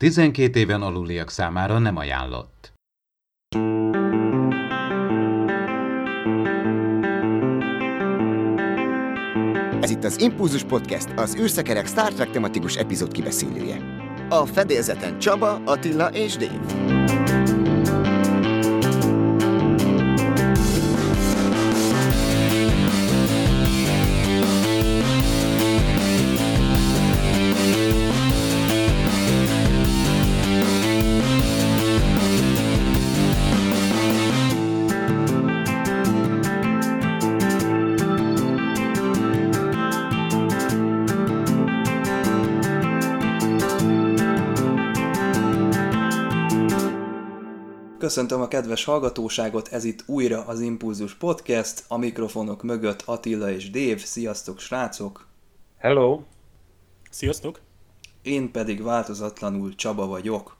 12 éven aluliak számára nem ajánlott. Ez itt az Impulzus Podcast, az űrszekerek Star Trek tematikus epizód kibeszélője. A fedélzeten Csaba, Attila és Dave. Köszöntöm a kedves hallgatóságot, ez itt újra az Impulzus Podcast, a mikrofonok mögött Attila és Dave. Sziasztok, srácok! Hello! Sziasztok! Én pedig változatlanul Csaba vagyok.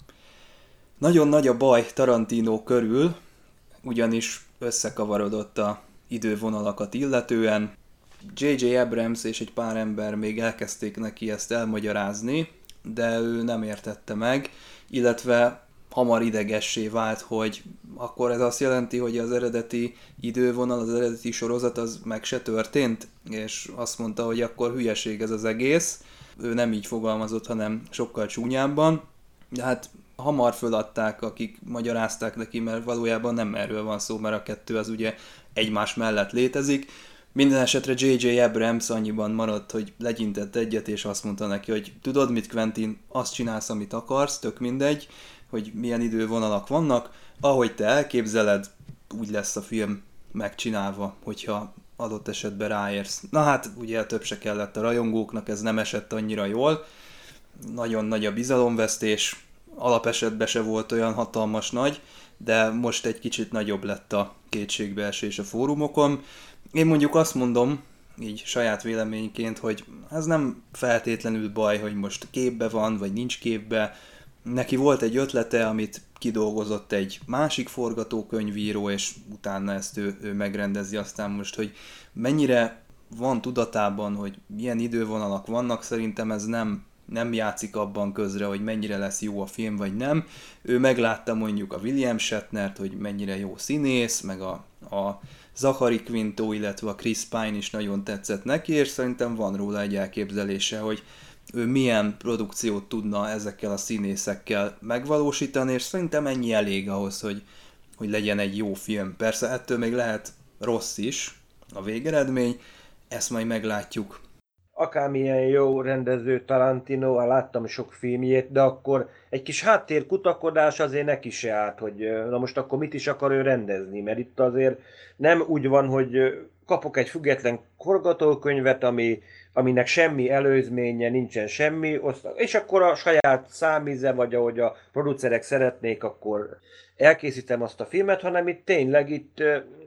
Nagyon nagy a baj Tarantino körül, ugyanis összekavarodott a idővonalakat illetően. J.J. Abrams és egy pár ember még elkezdték neki ezt elmagyarázni, de ő nem értette meg, illetve hamar idegessé vált, hogy akkor ez azt jelenti, hogy az eredeti idővonal, az eredeti sorozat az meg se történt, és azt mondta, hogy akkor hülyeség ez az egész. Ő nem így fogalmazott, hanem sokkal csúnyábban, de hát hamar föladták, akik magyarázták neki, mert valójában nem erről van szó, mert a kettő az ugye egymás mellett létezik. Minden esetre J.J. Abrams annyiban maradt, hogy legyintett egyet, és azt mondta neki, hogy tudod mit, Quentin, azt csinálsz, amit akarsz, tök mindegy, hogy milyen idővonalak vannak, ahogy te elképzeled, úgy lesz a film megcsinálva, hogyha adott esetben ráérsz. Na hát, ugye több se kellett a rajongóknak, ez nem esett annyira jól, nagyon nagy a bizalomvesztés, alapesetben se volt olyan hatalmas nagy, de most egy kicsit nagyobb lett a kétségbeesés a fórumokon. Én mondjuk azt mondom, így saját véleményként, hogy ez nem feltétlenül baj, hogy most képbe van, vagy nincs képbe. Neki volt egy ötlete, amit kidolgozott egy másik forgatókönyvíró, és utána ezt ő megrendezi. Aztán most, hogy mennyire van tudatában, hogy milyen idővonalak vannak, szerintem ez nem játszik abban közre, hogy mennyire lesz jó a film, vagy nem. Ő meglátta mondjuk a William Shatnert, hogy mennyire jó színész, meg a Zachary Quinto, illetve a Chris Pine is nagyon tetszett neki, és szerintem van róla egy elképzelése, hogy ő milyen produkciót tudna ezekkel a színészekkel megvalósítani, és szerintem ennyi elég ahhoz, hogy legyen egy jó film. Persze ettől még lehet rossz is a végeredmény, ezt majd meglátjuk. Akármilyen jó rendező Tarantino, láttam sok filmjét, de akkor egy kis háttérkutakodás azért neki se állt, hogy na most akkor mit is akar ő rendezni, mert itt azért nem úgy van, hogy kapok egy független forgatókönyvet, aminek semmi előzménye, nincsen semmi, és akkor a saját számíze, vagy ahogy a producerek szeretnék, akkor elkészítem azt a filmet, hanem itt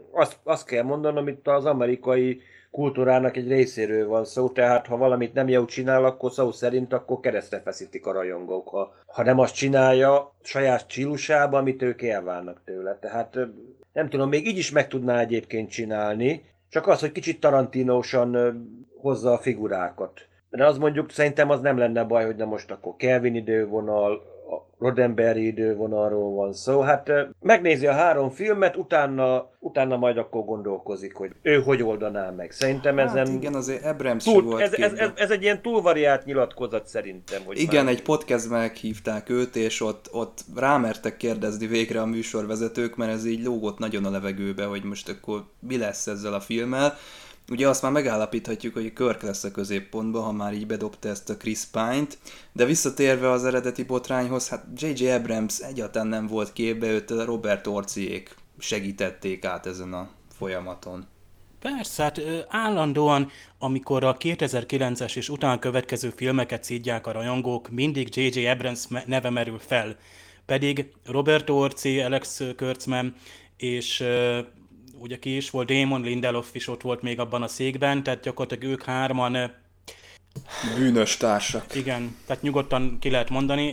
azt kell mondanom, itt az amerikai kultúrának egy részéről van szó, tehát ha valamit nem jó csinál, akkor szó szerint akkor keresztre feszítik a rajongók, ha nem azt csinálja saját stílusában, amit ők elvárnak tőle. Tehát nem tudom, még így is meg tudná egyébként csinálni, csak az, hogy kicsit tarantinósan hozza a figurákat. De az mondjuk szerintem az nem lenne baj, hogy na most akkor Kelvin idővonal, a Roddenberry idővonalról van szó. Hát megnézi a 3 filmet, utána majd akkor gondolkozik, hogy ő hogy oldaná meg. Szerintem ezen... igen, azért Abrams volt ez egy ilyen túlvariált nyilatkozat szerintem. Hogy igen, egy podcastben meghívták őt, és ott rámertek kérdezni végre a műsorvezetők, mert ez így lógott nagyon a levegőbe, hogy most akkor mi lesz ezzel a filmmel. Ugye azt már megállapíthatjuk, hogy Kirk lesz a középpontban, ha már így bedobta ezt a Chris Pine-t, de visszatérve az eredeti botrányhoz, hát J.J. Abrams egyáltalán nem volt képbe, őt a Robert Orciék segítették át ezen a folyamaton. Persze, hát állandóan, amikor a 2009-es és utána következő filmeket szidják a rajongók, mindig J.J. Abrams neve merül fel. Pedig Robert Orci, Alex Kurtzman és... ugye ki is volt, Damon Lindelof is ott volt még abban a székben, tehát gyakorlatilag ők 3 bűnös társak. Igen, tehát nyugodtan ki lehet mondani,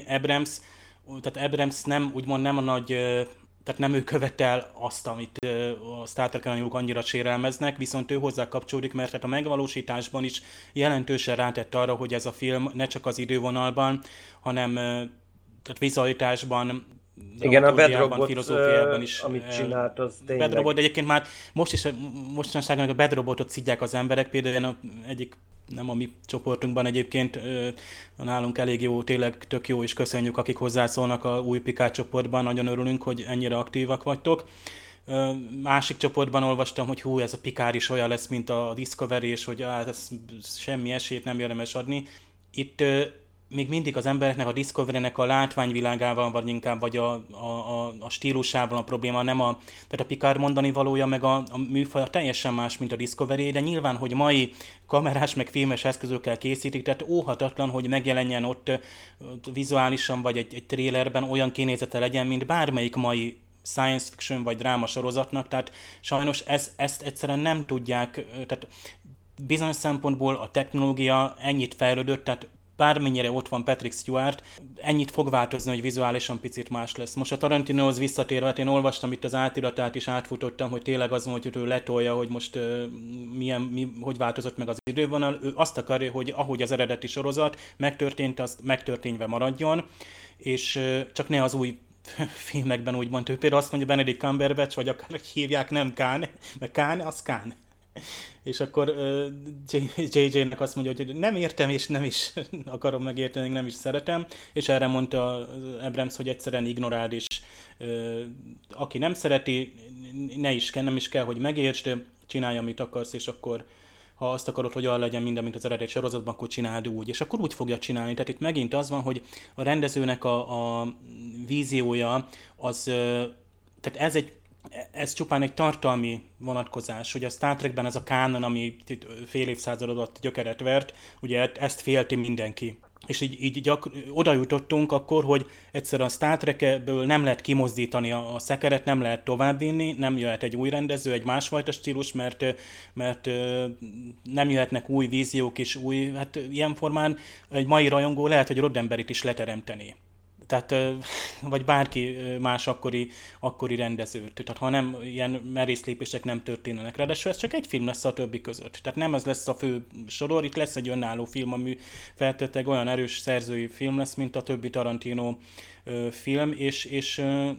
tehát Abrams nem, úgymond nem a nagy, tehát nem ő követte el azt, amit a Star Trek rajongók annyira sérelmeznek, viszont ő hozzá kapcsolódik, mert hát a megvalósításban is jelentősen rátett arra, hogy ez a film ne csak az idővonalban, hanem tehát vizualitásban, igen, a Bad dramaturgiában, filozófiában is. Amit csinált, az tényleg. Bad Robot, de egyébként már mostanságban a Bad Robotot szidják az emberek, például egyik, nem a mi csoportunkban egyébként, nálunk elég jó, tényleg tök jó, és köszönjük, akik hozzászólnak a új Picard csoportban, nagyon örülünk, hogy ennyire aktívak vagytok. Másik csoportban olvastam, hogy hú, ez a Picard is olyan lesz, mint a Discovery, és hogy ez semmi esélyt nem érdemes adni. Itt még mindig az embereknek a Discovery-nek a látványvilágával, vagy a stílusával a probléma, tehát a Picard mondani valója, meg a műfaj teljesen más, mint a Discovery, de nyilván, hogy mai kamerás, meg filmes eszközökkel készítik, tehát óhatatlan, hogy megjelenjen ott vizuálisan, vagy egy trailerben olyan kinézete legyen, mint bármelyik mai science fiction vagy dráma sorozatnak, tehát sajnos ezt egyszerűen nem tudják, tehát bizonyos szempontból a technológia ennyit fejlődött, tehát bármennyire ott van Patrick Stewart, ennyit fog változni, hogy vizuálisan picit más lesz. Most a Tarantinohoz visszatérve, hát én olvastam itt az átiratát is, átfutottam, hogy tényleg az van, hogy ő letolja, hogy most hogy változott meg az idővonal. Ő azt akarja, hogy ahogy az eredeti sorozat megtörtént, az megtörténve maradjon, és csak ne az új filmekben úgymond. Ő például azt mondja, Benedict Cumberbatch, vagy akár hívják, nem Khan, mert Khan, az Khan. És akkor JJ-nek azt mondja, hogy nem értem, és nem is akarom megérteni, nem is szeretem, és erre mondta Abrams, hogy egyszerűen ignoráld, és aki nem szereti, nem is kell, hogy megértsd, csinálj, amit akarsz, és akkor ha azt akarod, hogy olyan legyen minden, mint az eredeti sorozatban, akkor csináld úgy. És akkor úgy fogja csinálni. Tehát itt megint az van, hogy a rendezőnek a víziója, tehát ez csupán egy tartalmi vonatkozás, hogy a Star Trekben ez a kánon, ami fél évszázad alatt gyökeret vert, ugye ezt félti mindenki. És így oda jutottunk akkor, hogy egyszerűen a Star Trekből nem lehet kimozdítani a szekeret, nem lehet továbbvinni, nem jöhet egy új rendező, egy másfajta stílus, mert nem jöhetnek új víziók és hát ilyen formán egy mai rajongó lehet, hogy Roddenberryt is leteremteni. Tehát, vagy bárki más akkori rendezőt. Tehát ha nem ilyen merész lépések nem történnek. Ráadásul ez csak egy film lesz a többi között. Tehát nem ez lesz a fő soror, itt lesz egy önálló film, ami feltétlenül olyan erős szerzői film lesz, mint a többi Tarantino film, és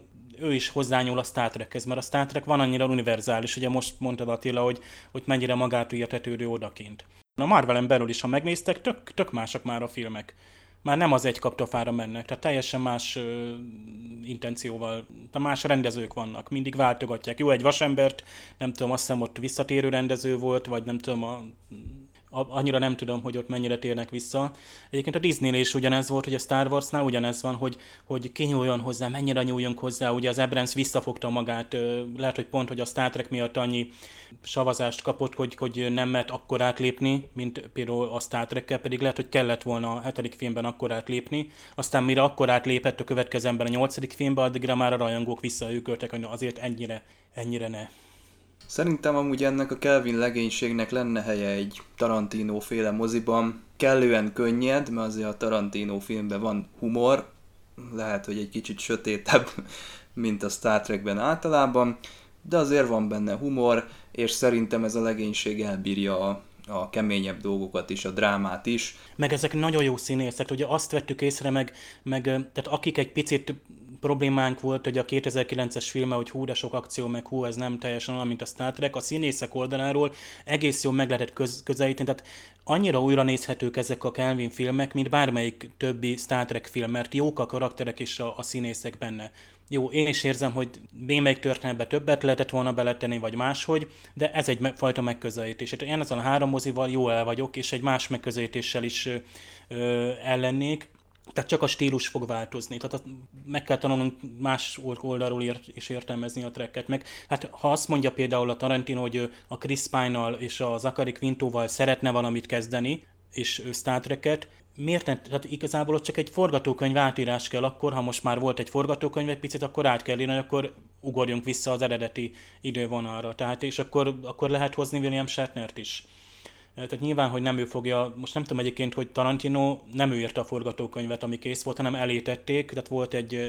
ő is hozzányúl a Star Trekhez, mert a Star Trek van annyira univerzális, ugye most mondtad Attila, hogy mennyire magától értetődő odakint. A Marvelen belül is, ha megnéztek, tök másak már a filmek. Már nem az egy kaptafára mennek, tehát teljesen más intencióval, más rendezők vannak, mindig váltogatják. Jó, egy Vasembert, nem tudom, azt hiszem ott visszatérő rendező volt, vagy nem tudom, annyira nem tudom, hogy ott mennyire térnek vissza. Egyébként a Disneynél is ugyanez volt, hogy a Star Warsnál ugyanez van, hogy ki nyúljon hozzá, mennyire nyúljunk hozzá. Ugye az Abrams visszafogta magát, lehet, hogy pont, hogy a Star Trek miatt annyi savazást kapott, hogy nem mert akkor átlépni, mint például a Star Trekkel, pedig lehet, hogy kellett volna a 7. filmben akkor átlépni. Aztán mire akkor átlépett a következőben a 8. filmben, addigra már a rajongók visszahűköltek, hogy azért ennyire ne. Szerintem amúgy ennek a Kelvin legénységnek lenne helye egy Tarantino-féle moziban. Kellően könnyed, mert azért a Tarantino filmben van humor, lehet, hogy egy kicsit sötétebb, mint a Star Trekben általában, de azért van benne humor, és szerintem ez a legénység elbírja a keményebb dolgokat is, a drámát is. Meg ezek nagyon jó színészek, ugye azt vettük észre, meg tehát akik egy picit problémánk volt, hogy a 2009-es filme, hogy hú, de sok akció, meg hú, ez nem teljesen olyan, mint a Star Trek, a színészek oldaláról egész jól meg lehetett közelíteni, tehát annyira újra nézhetők ezek a Kelvin filmek, mint bármelyik többi Star Trek film, mert jók a karakterek és a színészek benne. Jó, én is érzem, hogy némelyik történetben többet lehetett volna beletenni, vagy máshogy, de ez egy fajta megközelítés. Én ezen a 3 mozival jól el vagyok, és egy más megközelítéssel is ellennék. Tehát csak a stílus fog változni. Tehát meg kell tanulnunk más oldalról is értelmezni a Trek-et. Meg, hát ha azt mondja például a Tarantino, hogy a Chris Pine-nal és a Zachary Quintóval szeretne valamit kezdeni, és Star Trek-et, miért nem? Tehát igazából ott csak egy forgatókönyv átírás kell akkor, ha most már volt egy forgatókönyv egy picit, akkor át kell írni, akkor ugorjunk vissza az eredeti idővonalra. Tehát, és akkor lehet hozni William Shatnert is. Tehát nyilván, hogy nem ő fogja, most nem tudom egyébként, hogy Tarantino nem ő írta a forgatókönyvet, ami kész volt, hanem elétették, tehát volt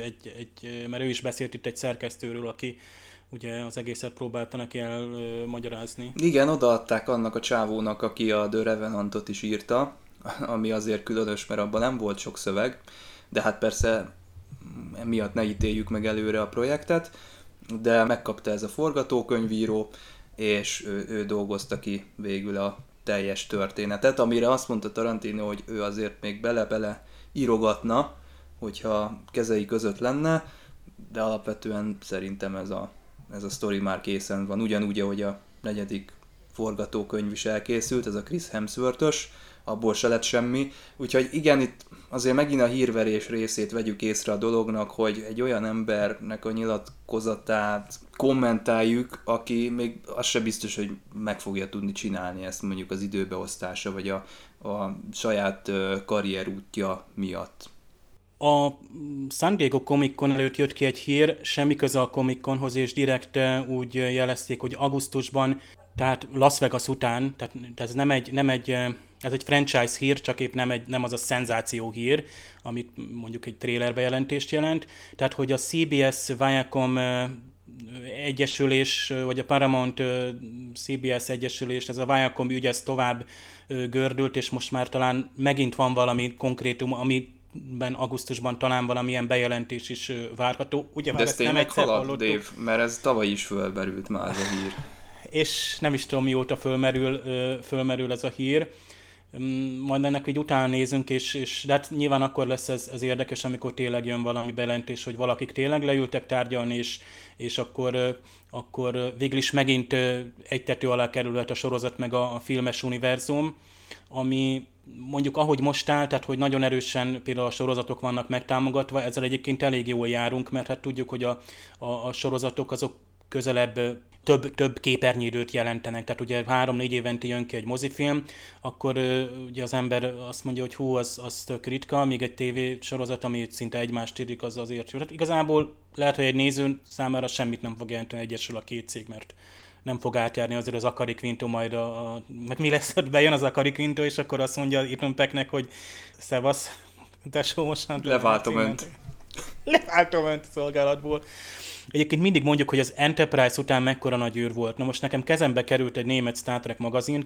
mert ő is beszélt itt egy szerkesztőről, aki ugye az egészet próbálta neki elmagyarázni. Igen, odaadták annak a csávónak, aki a The Revenantot is írta, ami azért különös, mert abban nem volt sok szöveg, de hát persze emiatt ne ítéljük meg előre a projektet, de megkapta ez a forgatókönyvíró, és ő dolgozta ki végül a teljes történetet, amire azt mondta Tarantino, hogy ő azért még bele-bele írogatna, hogyha kezei között lenne, de alapvetően szerintem ez a sztori már készen van, ugyanúgy, ahogy a 4. forgatókönyv is elkészült, ez a Chris Hemsworth-ös, abból se lett semmi. Úgyhogy igen, itt azért megint a hírverés részét vegyük észre a dolognak, hogy egy olyan embernek a nyilatkozatát kommentáljuk, aki még az se biztos, hogy meg fogja tudni csinálni ezt mondjuk az időbeosztása, vagy a saját karrierútja miatt. A San Diego Comic-Con előtt jött ki egy hír, semmi köze a Comic-Conhoz, és direkt úgy jelezték, hogy augusztusban, tehát Las Vegas után, tehát ez egy franchise hír, csak épp nem az a szenzáció hír, amit mondjuk egy trailer bejelentést jelent. Tehát, hogy a CBS Viacom egyesülés, vagy a Paramount CBS egyesülés, ez a Viacom ügy, ez tovább gördült, és most már talán megint van valami konkrétum, amiben augusztusban talán valamilyen bejelentés is várható. Ugye, de ez tényleg halad, Dave, mert ez tavaly is fölmerült már ez a hír. És nem is tudom, mióta fölmerül ez a hír. Majd ennek így utána nézünk, de hát nyilván akkor lesz ez érdekes, amikor tényleg jön valami bejelentés, hogy valakik tényleg leültek tárgyalni, és akkor végül is megint egy tető alá kerülhet a sorozat meg a filmes univerzum, ami mondjuk ahogy most áll, tehát hogy nagyon erősen például a sorozatok vannak megtámogatva, ezzel egyébként elég jól járunk, mert hát tudjuk, hogy a sorozatok azok közelebb több képernyőidőt jelentenek, tehát ugye 3-4 évente jön ki egy mozifilm, akkor ugye az ember azt mondja, hogy hú, az tök ritka, még egy tévésorozat, ami szinte egymást érik, az azért jó. Tehát igazából lehet, hogy egy néző számára semmit nem fog jelenteni, egyesül a két cég, mert nem fog átjárni azért az Zachary Quinto majd meg mi lesz, hogy bejön az Zachary Quinto, és akkor azt mondja Ethan Pecknek, hogy szevasz, tesó, most leváltom önt szolgálatból. Egyébként mindig mondjuk, hogy az Enterprise után mekkora nagy űr volt. Na most nekem kezembe került egy német Star Trek magazin,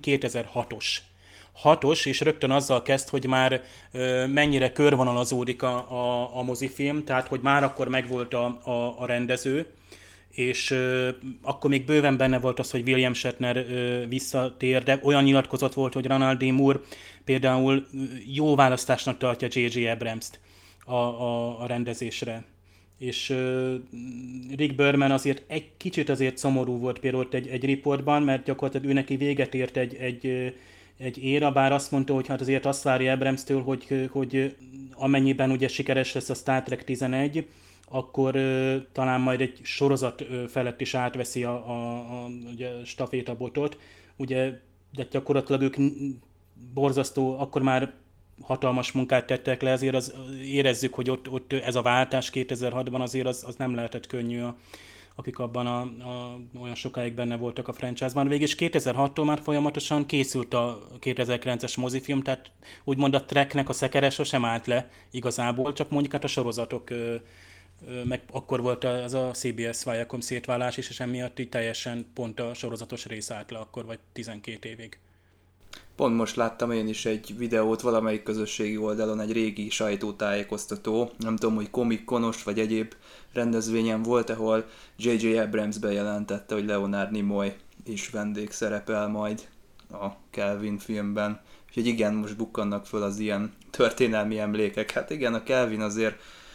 2006-os, és rögtön azzal kezd, hogy már mennyire körvonalazódik a mozifilm, tehát hogy már akkor megvolt a rendező, és akkor még bőven benne volt az, hogy William Shatner visszatér, de olyan nyilatkozat volt, hogy Ronald D. Moore például jó választásnak tartja J.J. Abramst a rendezésre. És Rick Berman azért egy kicsit azért szomorú volt például egy riportban, mert gyakorlatilag ő neki véget ért egy éra, bár azt mondta, hogy hát azért azt várja Abramstől, hogy amennyiben ugye sikeres lesz a Star Trek 11, akkor talán majd egy sorozat felett is átveszi a stafétabotot. Ugye, de gyakorlatilag ők borzasztó, akkor már hatalmas munkát tettek le, azért érezzük, hogy ott ez a váltás 2006-ban azért az nem lehetett könnyű, akik abban olyan sokáig benne voltak a franchise-ban. Végül is 2006-tól már folyamatosan készült a 2009-es mozifilm, tehát úgymond a Treknek a szekere sosem állt le igazából, csak mondjuk hát a sorozatok, meg akkor volt ez a CBS Viacom szétválás is, és emiatt így teljesen pont a sorozatos rész állt le akkor, vagy 12 évig. Pont most láttam én is egy videót valamelyik közösségi oldalon, egy régi sajtótájékoztató, nem tudom, hogy Comic-Conos vagy egyéb rendezvényen volt, ahol J.J. Abrams bejelentette, hogy Leonard Nimoy is vendég szerepel majd a Kelvin filmben. Úgyhogy igen, most bukkannak föl az ilyen történelmi emlékek. Hát igen, a Kelvin azért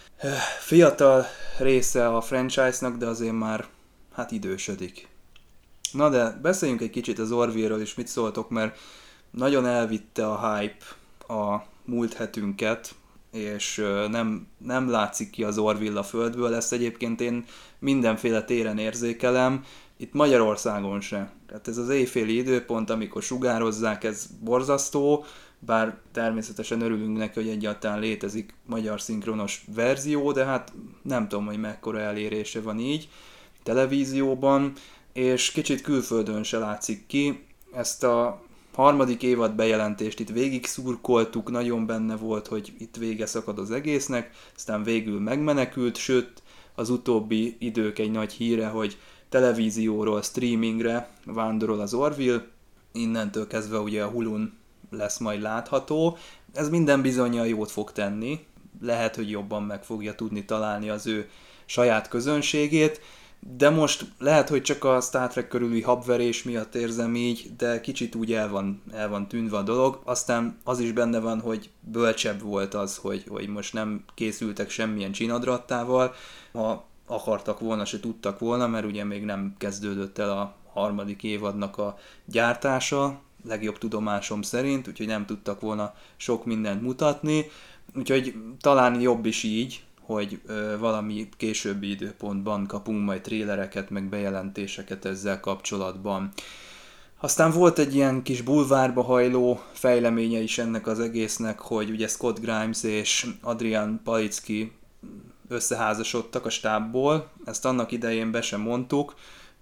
fiatal része a franchise-nak, de azért már hát idősödik. Na de beszéljünk egy kicsit az Orville-ről is, mit szóltok, mert nagyon elvitte a hype a múlt hetünket, és nem látszik ki az Orville a földből, ezt egyébként én mindenféle téren érzékelem, itt Magyarországon se. Tehát ez az éjféli időpont, amikor sugározzák, ez borzasztó, bár természetesen örülünk neki, hogy egyáltalán létezik magyar szinkronos verzió, de hát nem tudom, hogy mekkora elérése van így televízióban, és kicsit külföldön se látszik ki. Ezt a harmadik évad bejelentést itt végig szurkoltuk, nagyon benne volt, hogy itt vége szakad az egésznek, aztán végül megmenekült, sőt az utóbbi idők egy nagy híre, hogy televízióról streamingre vándorol az Orville, innentől kezdve ugye a Hulun lesz majd látható. Ez minden bizonnyal jót fog tenni, lehet, hogy jobban meg fogja tudni találni az ő saját közönségét, de most lehet, hogy csak a Star Trek körüli habverés miatt érzem így, de kicsit úgy el van tűnve a dolog. Aztán az is benne van, hogy bölcsebb volt az, hogy most nem készültek semmilyen csinadrattával. Ha akartak volna, se tudtak volna, mert ugye még nem kezdődött el a harmadik évadnak a gyártása, legjobb tudomásom szerint, úgyhogy nem tudtak volna sok mindent mutatni. Úgyhogy talán jobb is így, hogy valami későbbi időpontban kapunk majd trélereket, meg bejelentéseket ezzel kapcsolatban. Aztán volt egy ilyen kis bulvárba hajló fejleménye is ennek az egésznek, hogy ugye Scott Grimes és Adrian Palicki összeházasodtak a stábból, ezt annak idején be sem mondtuk,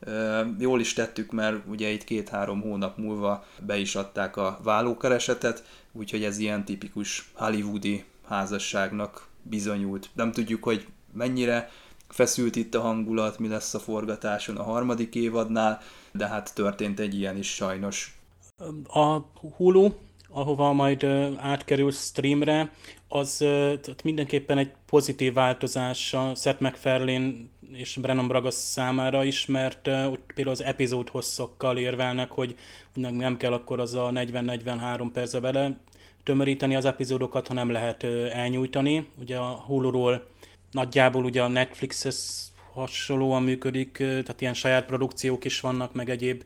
jól is tettük, mert ugye itt 2-3 hónap múlva be is adták a vállókeresetet, úgyhogy ez ilyen tipikus hollywoodi házasságnak bizonyult. Nem tudjuk, hogy mennyire feszült itt a hangulat, mi lesz a forgatáson a harmadik évadnál, de hát történt egy ilyen is sajnos. A Hulu, ahova majd átkerül streamre, az mindenképpen egy pozitív változás a Seth MacFarlane és Brannon Braga számára is, mert ott például az epizód hosszokkal érvelnek, hogy nem kell akkor az a 40-43 percbe vele tömöríteni az epizódokat, hanem lehet elnyújtani. Ugye a Huluról nagyjából ugye a Netflixhez hasonlóan működik, tehát ilyen saját produkciók is vannak, meg egyéb,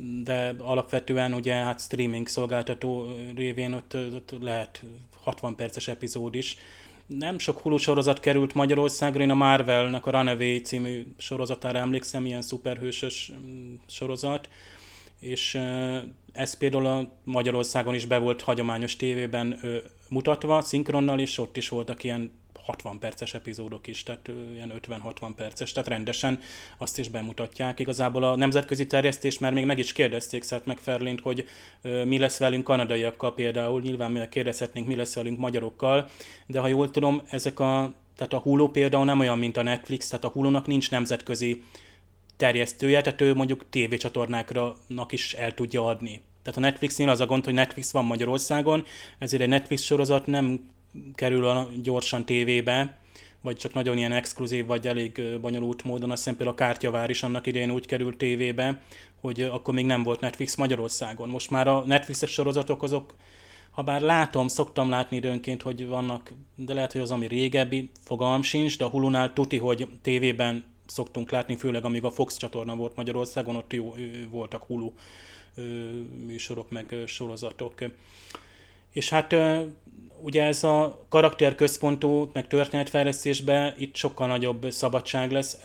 de alapvetően ugye hát streaming szolgáltató révén ott lehet 60 perces epizód is. Nem sok Hulu sorozat került Magyarországra, én a Marvelnek a Runaway című sorozatára emlékszem, ilyen szuperhősös sorozat, és ez például a Magyarországon is be volt hagyományos tévében mutatva, szinkronnal, és ott is voltak ilyen 60 perces epizódok is, tehát ilyen 50-60 perces, tehát rendesen azt is bemutatják. Igazából a nemzetközi terjesztés már még meg is kérdezték Seth MacFarlane-t, hogy mi lesz velünk kanadaiakkal például, nyilván mi kérdezhetnénk, mi lesz velünk magyarokkal, de ha jól tudom, tehát a Hulu például nem olyan, mint a Netflix, tehát a Hulunak nincs nemzetközi terjesztője, tehát ő mondjuk tévécsatornáknak is el tudja adni. Tehát a Netflixnél az a gond, hogy Netflix van Magyarországon, ezért egy Netflix sorozat nem kerül gyorsan tévébe, vagy csak nagyon ilyen exkluzív, vagy elég bonyolult módon. Azt hiszem például a Kártyavár is annak idején úgy került tévébe, hogy akkor még nem volt Netflix Magyarországon. Most már a Netflixes sorozatok azok, ha bár szoktam látni időnként, hogy vannak, de lehet, hogy az, ami régebbi, fogalmam sincs, de a Hulunál tuti, hogy tévében szoktunk látni, főleg amíg a Fox csatorna volt Magyarországon, ott jó voltak Hulu műsorok, meg sorozatok. És hát ugye ez a karakterközpontú, meg történetfejlesztésben itt sokkal nagyobb szabadság lesz,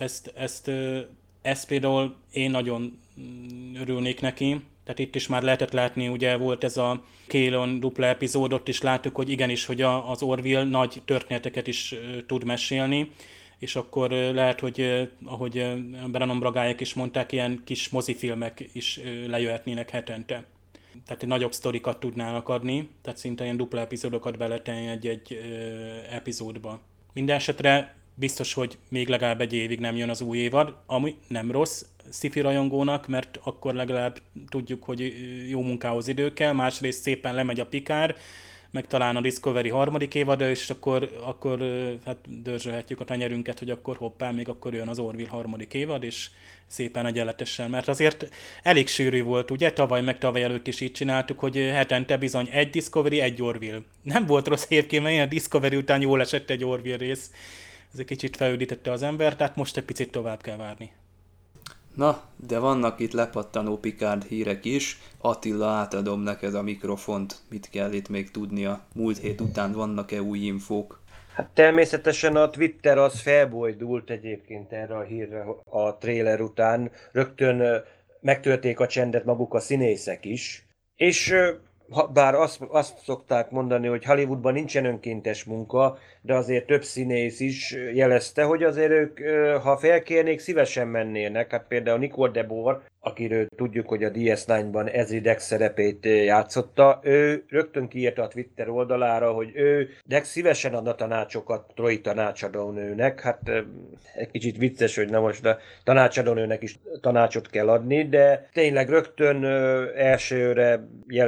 ezt például én nagyon örülnék neki. Tehát itt is már lehetett látni, ugye volt ez a Kélon dupla epizód, ott is láttuk, hogy igenis, hogy az Orville nagy történeteket is tud mesélni, és akkor lehet, hogy ahogy Brannon Bragályek is mondták, ilyen kis mozifilmek is lejöhetnének hetente. Tehát nagyobb sztorikat tudnának adni, tehát szinte ilyen dupla epizódokat beletenni egy epizódba. Minden esetre biztos, hogy még legalább egy évig nem jön az új évad, ami nem rossz sci-fi rajongónak, mert akkor legalább tudjuk, hogy jó munkához idő kell, másrészt szépen lemegy a Picard, meg talán a Discovery harmadik évada, és akkor hát dörzsölhetjük a tenyerünket, hogy akkor hoppá, még akkor jön az Orville harmadik évad, és szépen egyenletesen, mert azért elég sűrű volt, ugye, tavaly előtt is így csináltuk, hogy hetente bizony egy Discovery, egy Orville. Nem volt rossz egyébként, mert a Discovery után jól esett egy Orville rész. Ez egy kicsit felüdítette az ember, tehát most egy picit tovább kell várni. Na, de vannak itt lepattanó Picard hírek is. Attila, átadom neked a mikrofont. Mit kell itt még tudnia? Múlt hét után vannak-e új infók? Hát természetesen a Twitter az felbojdult egyébként erre a hírre a trailer után. Rögtön megtörték a csendet maguk a színészek is. És bár azt szokták mondani, hogy Hollywoodban nincsen önkéntes munka, de azért több színész is jelezte, hogy azért ők, ha felkérnék, szívesen mennének. Hát például Nicole DeBoer, akiről tudjuk, hogy a DS9-ban Ezri Dex szerepét játszotta, ő rögtön kiírta a Twitter oldalára, hogy ő Dex szívesen adna tanácsokat Troi tanácsadónőnek. Hát egy kicsit vicces, hogy na most a tanácsadónőnek is tanácsot kell adni, de tényleg rögtön elsőre jelezte, hogy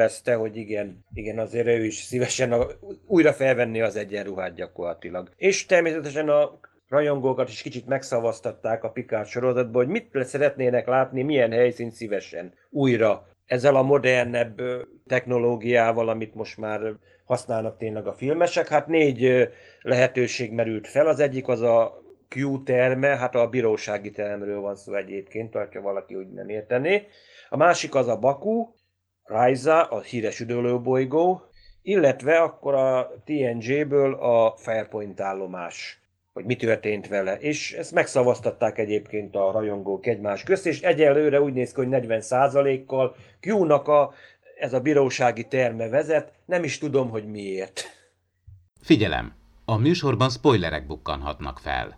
hogy igen, azért ő is szívesen újra felvenni az egyenruhát gyakorlatilag. És természetesen a rajongókat is kicsit megszavaztatták a Picard sorozatban, hogy mit szeretnének látni, milyen helyszínt szívesen újra ezzel a modernebb technológiával, amit most már használnak tényleg a filmesek. Hát 4 lehetőség merült fel, az egyik az a Q terme, hát a bírósági teremről van szó egyébként, ha valaki úgy nem értené. A másik az a Baku, Raiza, a híres üdülőbolygó, illetve akkor a TNG-ből a Fairpoint állomás, hogy mi történt vele. És ezt megszavaztatták egyébként a rajongók egymás közt, és egyelőre úgy néz ki, hogy 40%-kal Q-nak ez a bírósági terme vezet, nem is tudom, hogy miért. Figyelem! A műsorban spoilerek bukkanhatnak fel.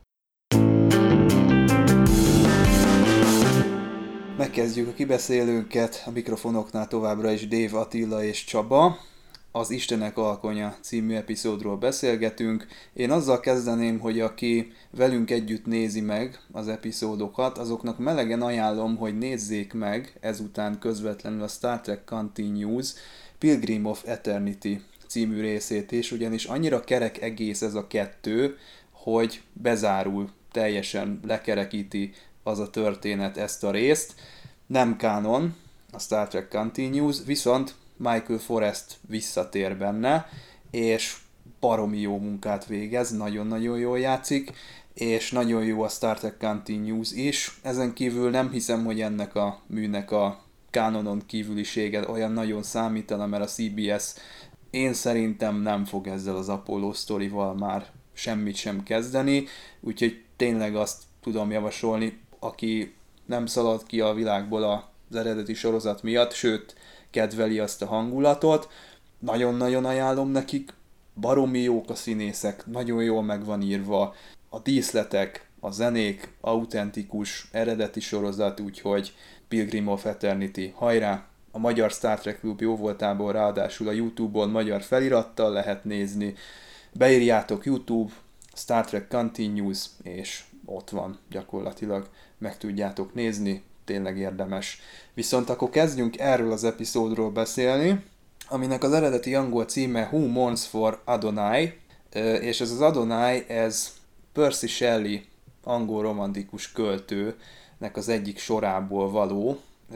Megkezdjük a kibeszélőnket, a mikrofonoknál továbbra is Dave, Attila és Csaba. Az Istenek alkonya című epizódról beszélgetünk. Én azzal kezdeném, hogy aki velünk együtt nézi meg az epizódokat, azoknak melegen ajánlom, hogy nézzék meg ezután közvetlenül a Star Trek Continues Pilgrim of Eternity című részét is, ugyanis annyira kerek egész ez a 2, hogy bezárul, teljesen lekerekíti az a történet ezt a részt. Nem kánon a Star Trek Continues, viszont Michael Forrest visszatér benne, és baromi jó munkát végez, nagyon-nagyon jól játszik, és nagyon jó a Star Trek Continues is. Ezen kívül nem hiszem, hogy ennek a műnek a kánonon kívülisége olyan nagyon számítana, mert a CBS én szerintem nem fog ezzel az Apollo sztorival már semmit sem kezdeni, úgyhogy tényleg azt tudom javasolni, aki nem szalad ki a világból az eredeti sorozat miatt, sőt, kedveli azt a hangulatot, nagyon-nagyon ajánlom nekik, baromi jók a színészek, nagyon jól meg van írva, a díszletek, a zenék, autentikus, eredeti sorozat, úgyhogy Pilgrim of Eternity, hajrá! A Magyar Star Trek Klub jóvoltából ráadásul a YouTube-on magyar felirattal lehet nézni, beírjátok YouTube, Star Trek Continues, és ott van gyakorlatilag, meg tudjátok nézni, tényleg érdemes. Viszont akkor kezdjünk erről az epizódról beszélni, aminek az eredeti angol címe Who Mourns for Adonai, és ez az Adonai, ez Percy Shelley angol romantikus költőnek az egyik sorából való,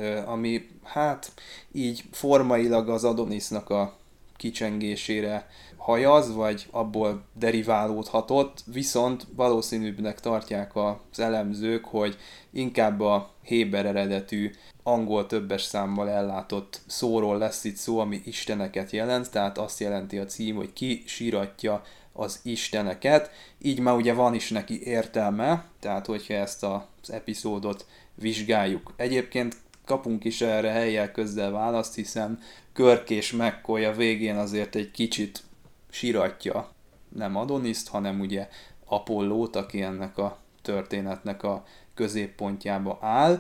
ami hát így formailag az Adonisnak a kicsengésére hajaz, vagy abból deriválódhatott, viszont valószínűbbnek tartják az elemzők, hogy inkább a héber eredetű angol többes számmal ellátott szóról lesz itt szó, ami isteneket jelent, tehát azt jelenti a cím, hogy ki síratja az isteneket, így már ugye van is neki értelme, tehát hogyha ezt az epizódot vizsgáljuk. Egyébként kapunk is erre helyjel közel választ, hiszen Kirk és McCoy a végén azért egy kicsit síratja nem Adoniszt, hanem ugye Apollót, aki ennek a történetnek a középpontjába áll.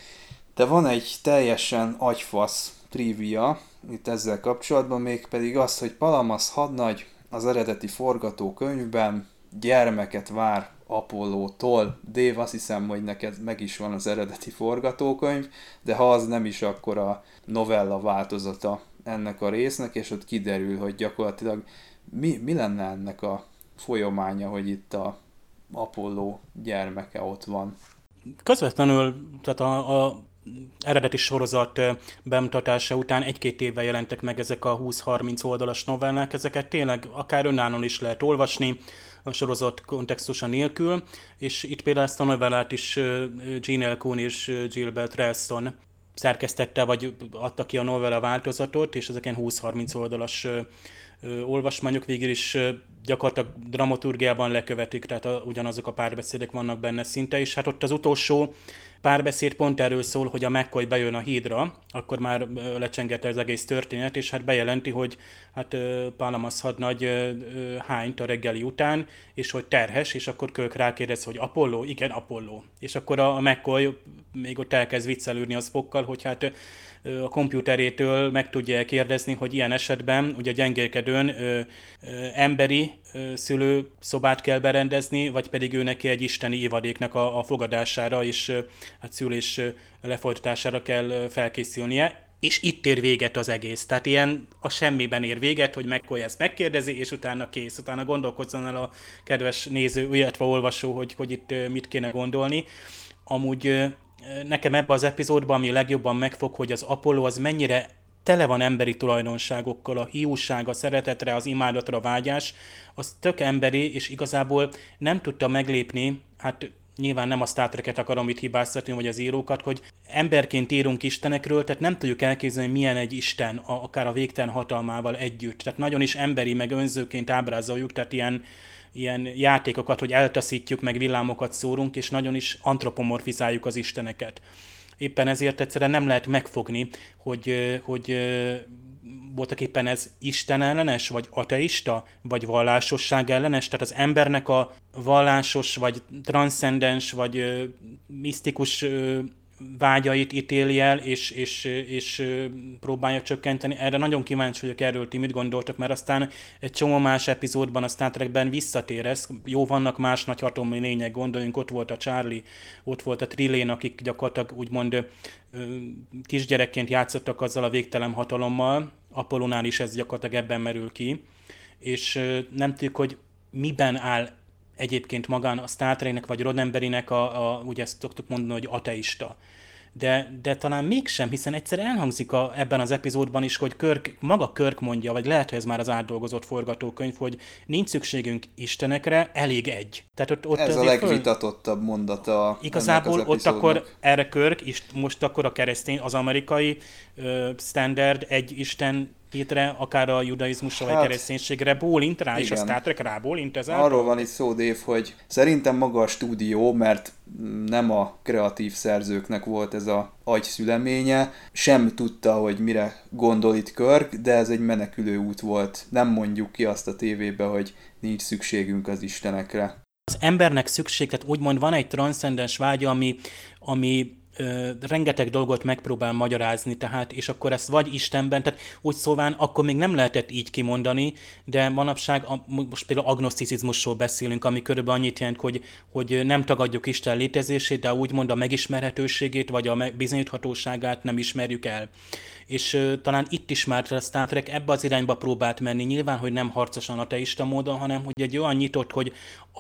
De van egy teljesen agyfasz trivia itt ezzel kapcsolatban, mégpedig az, hogy Palamas hadnagy az eredeti forgatókönyvben gyermeket vár Apollótól. Dave, azt hiszem, hogy neked meg is van az eredeti forgatókönyv, de ha az nem is, akkor a novella változata ennek a résznek, és ott kiderül, hogy gyakorlatilag mi lenne ennek a folyamánya, hogy itt a Apolló gyermeke ott van. Közvetlenül, tehát a eredeti sorozat bemutatása után 1-2 évvel jelentek meg ezek a 20-30 oldalas novellák, ezeket tényleg akár önállóan is lehet olvasni, a sorozat kontextusa nélkül, és itt például ezt a novellát is Gene L. Coon és Gilbert Ralston szerkesztette, vagy adta ki a novella változatot, és ezeken 20-30 oldalas olvasmányok végül is gyakorlatilag dramaturgiában lekövetik, tehát ugyanazok a párbeszédek vannak benne szinte, és hát ott az utolsó párbeszéd pont erről szól, hogy a McCoy bejön a hídra, akkor már lecsengette az egész történet, és hát bejelenti, hogy hát Palamas hadnagy hányt a reggeli után, és hogy terhes, és akkor Kirk rákérdez, hogy Apollo? Igen, Apollo. És akkor a McCoy még ott elkezd viccelődni a Spockkal, hogy hát a komputerétől meg tudja kérdezni, hogy ilyen esetben ugye gyengélkedőn emberi szülőszobát kell berendezni, vagy pedig ő neki egy isteni ivadéknak a fogadására és hát szülés lefolytatására kell felkészülnie. és itt ér véget az egész. Tehát ilyen a semmiben ér véget, hogy McCoy ezt megkérdezi, és utána kész. Utána gondolkozzon el a kedves néző, illetve olvasó, hogy itt mit kéne gondolni. Amúgy nekem ebben az epizódban, ami legjobban megfog, hogy az Apollo az mennyire tele van emberi tulajdonságokkal, a hiúság, a szeretetre, az imádatra vágyás, az tök emberi, és igazából nem tudta meglépni, hát nyilván nem a Star Trek-et akarom itt hibáztatni, vagy az írókat, hogy emberként írunk istenekről, tehát nem tudjuk elképzelni, milyen egy isten, akár a végtelen hatalmával együtt. Tehát nagyon is emberi, meg önzőként ábrázoljuk, tehát ilyen játékokat, hogy eltaszítjuk, meg villámokat szórunk, és nagyon is antropomorfizáljuk az isteneket. Éppen ezért egyszerűen nem lehet megfogni, hogy voltak éppen ez Isten ellenes, vagy ateista, vagy vallásosság ellenes, tehát az embernek a vallásos, vagy transzcendens, vagy misztikus vágyait ítéli el, és próbálja csökkenteni. Erre nagyon kíváncsi vagyok, erről ti mit gondoltok, mert aztán egy csomó más epizódban a Star Trekben visszatér ez. Jó, vannak más nagyhatalmi lények, gondoljunk, ott volt a Charlie, ott volt a Trilén, akik gyakorlatilag úgymond kisgyerekként játszottak azzal a végtelen hatalommal. Apollónál is ez gyakorlatilag ebben merül ki. És nem tudjuk, hogy miben áll egyébként magán a Star Treknek vagy Roddenberrynek ugye ezt szoktuk mondani, hogy ateista. De talán mégsem, hiszen egyszer elhangzik ebben az epizódban is, hogy maga Kirk mondja, vagy lehet, hogy ez már az átdolgozott forgatókönyv, hogy nincs szükségünk istenekre, elég egy. Tehát ott ez a legvitatottabb mondata. Igazából ott akkor erre Kirk, és most akkor a keresztény, az amerikai standard egy isten hétre, akár a judaizmusra vagy kereszténységre bólint rá, igen. És a Star Trek rábólint ezáltal. Arról van itt szó, Dave, hogy szerintem maga a stúdió, mert nem a kreatív szerzőknek volt ez a agyszüleménye, sem tudta, hogy mire gondol itt Kirk, de ez egy menekülő út volt. Nem mondjuk ki azt a tévébe, hogy nincs szükségünk az istenekre. Az embernek szükség, tehát úgymond van egy transzcendens vágya, ami rengeteg dolgot megpróbál magyarázni, tehát, és akkor ezt vagy Istenben, tehát úgy szóval akkor még nem lehetett így kimondani, de manapság most például agnoszticizmusról beszélünk, ami körülbelül annyit jelent, hogy nem tagadjuk Isten létezését, de úgymond a megismerhetőségét, vagy a bizonyíthatóságát nem ismerjük el. És talán itt is már a Star Trek ebbe az irányba próbált menni, nyilván, hogy nem harcosan ateista módon, hanem hogy egy olyan nyitott, hogy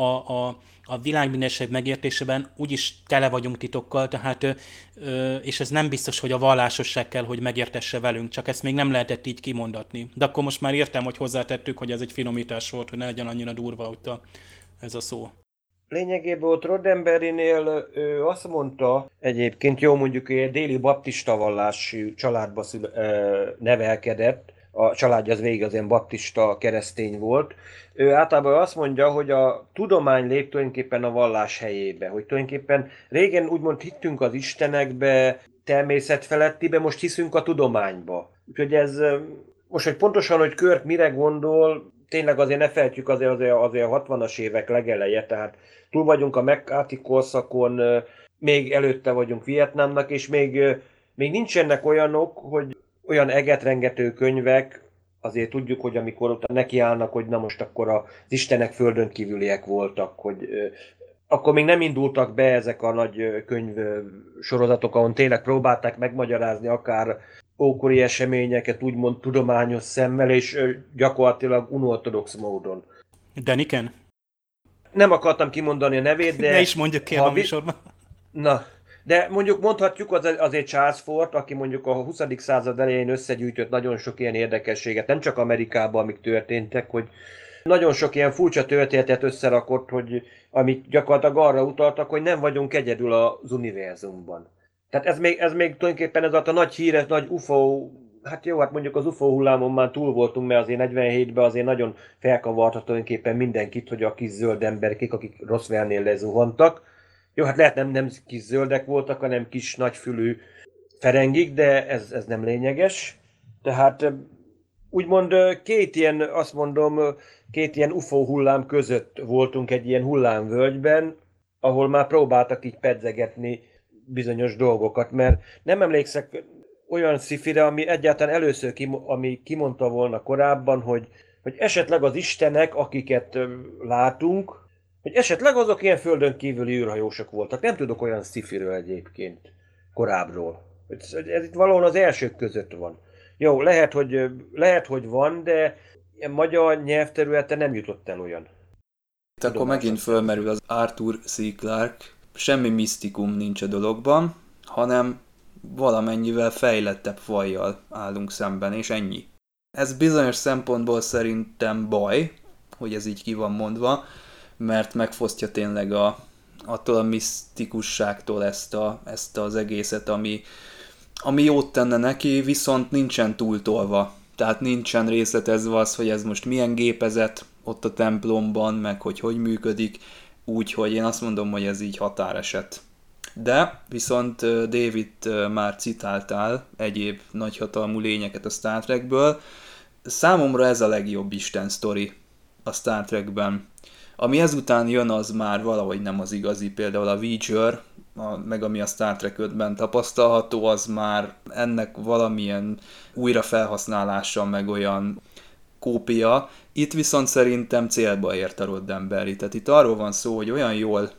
a világ mindenség megértésében úgyis tele vagyunk titokkal, tehát, és ez nem biztos, hogy a vallásosság kell, hogy megértesse velünk, csak ezt még nem lehetett így kimondatni. De akkor most már értem, hogy hozzátettük, hogy ez egy finomítás volt, hogy ne legyen annyira durva ott ez a szó. Lényegében ott Roddenberrynél ő azt mondta, egyébként jó, mondjuk egy déli baptista vallású családba nevelkedett, a családja az végig az ilyen baptista keresztény volt. Ő általában azt mondja, hogy a tudomány lép tulajdonképpen a vallás helyébe, hogy tulajdonképpen régen úgymond hittünk az istenekbe, természet felettibe, most hiszünk a tudományba. Úgyhogy ez most, hogy pontosan, hogy Kirk mire gondol, tényleg azért ne felejtjük azért a 60-as évek legeleje, tehát túl vagyunk a McCarthy korszakon, még előtte vagyunk Vietnámnak, és még nincsenek olyanok, hogy olyan egetrengető könyvek, azért tudjuk, hogy amikor ott nekiállnak, hogy na most akkor az istenek földön kívüliek voltak, hogy akkor még nem indultak be ezek a nagy könyv sorozatok, ahol tényleg próbálták megmagyarázni akár ókori eseményeket, úgymond tudományos szemmel, és gyakorlatilag unortodox módon. Daniken? Nem akartam kimondani a nevét, de... Ne is mondjuk ki a műsorban. Na, de mondjuk mondhatjuk azért Charles Fort, aki mondjuk a 20. század elején összegyűjtött nagyon sok ilyen érdekességet, nem csak Amerikában, amik történtek, hogy nagyon sok ilyen furcsa történetet összerakott, hogy amik gyakorlatilag arra utaltak, hogy nem vagyunk egyedül az univerzumban. Tehát ez még tulajdonképpen ez a nagy híres, nagy UFO, hát jó, hát mondjuk az UFO hullámon már túl voltunk, mert azért 47-ben azért nagyon felkavarta tulajdonképpen mindenkit, hogy a kis zöld emberkék, akik Roswellnél lezuhantak. Jó, hát lehet nem kis zöldek voltak, hanem kis nagyfülű ferengik, de ez nem lényeges. Tehát úgymond két ilyen UFO hullám között voltunk egy ilyen hullámvölgyben, ahol már próbáltak így pedzegetni bizonyos dolgokat, mert nem emlékszek olyan szifire, ami egyáltalán először ami kimondta volna korábban, hogy esetleg az istenek, akiket látunk, hogy esetleg azok ilyen földön kívüli űrhajósok voltak. Nem tudok olyan szifiről egyébként korábbról. Ez itt valahol az elsők között van. Jó, lehet, hogy van, de magyar nyelvterületen nem jutott el olyan. Itt akkor megint fölmerül az Arthur C. Clarke. Semmi misztikum nincs a dologban, hanem valamennyivel fejlettebb fajjal állunk szemben, és ennyi. Ez bizonyos szempontból szerintem baj, hogy ez így ki van mondva, mert megfosztja tényleg attól a misztikusságtól ezt az egészet, ami jót tenne neki, viszont nincsen túltolva. Tehát nincsen részletezve az, hogy ez most milyen gépezet ott a templomban, meg hogy működik, úgyhogy én azt mondom, hogy ez így határeset. De viszont David már citáltál egyéb nagyhatalmú lényeket a Star Trekből. Számomra ez a legjobb Isten sztori a Star Trekben. Ami ezután jön, az már valahogy nem az igazi. Például a Voyager, meg ami a Star Trek 5-ben tapasztalható, az már ennek valamilyen újrafelhasználása, meg olyan kópia. Itt viszont szerintem célba ért a Roddenberry. Tehát itt arról van szó, hogy olyan jól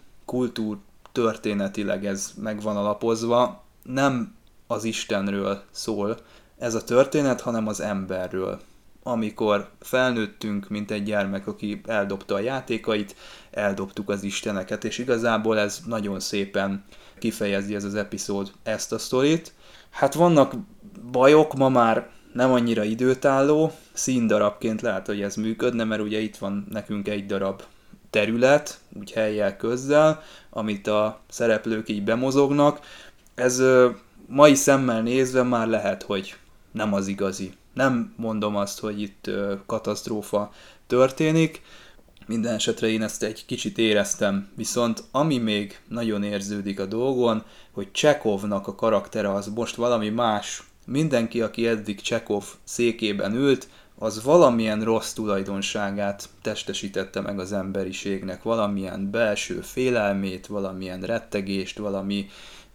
kultúrtörténetileg ez meg van alapozva, nem az Istenről szól ez a történet, hanem az emberről. Amikor felnőttünk, mint egy gyermek, aki eldobta a játékait, eldobtuk az isteneket, és igazából ez nagyon szépen kifejezi ez az epizód ezt a sztorit. Hát vannak bajok, ma már nem annyira időtálló, színdarabként lehet, hogy ez működne, mert ugye itt van nekünk egy darab terület, úgy hellyel közzel, amit a szereplők így bemozognak. Ez mai szemmel nézve már lehet, hogy nem az igazi. Nem mondom azt, hogy itt katasztrófa történik, minden esetre én ezt egy kicsit éreztem, viszont ami még nagyon érződik a dolgon, hogy Csekovnak a karaktere az most valami más. Mindenki, aki eddig Csekov székében ült, az valamilyen rossz tulajdonságát testesítette meg az emberiségnek, valamilyen belső félelmét, valamilyen rettegést, valami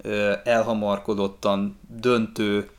elhamarkodottan döntő,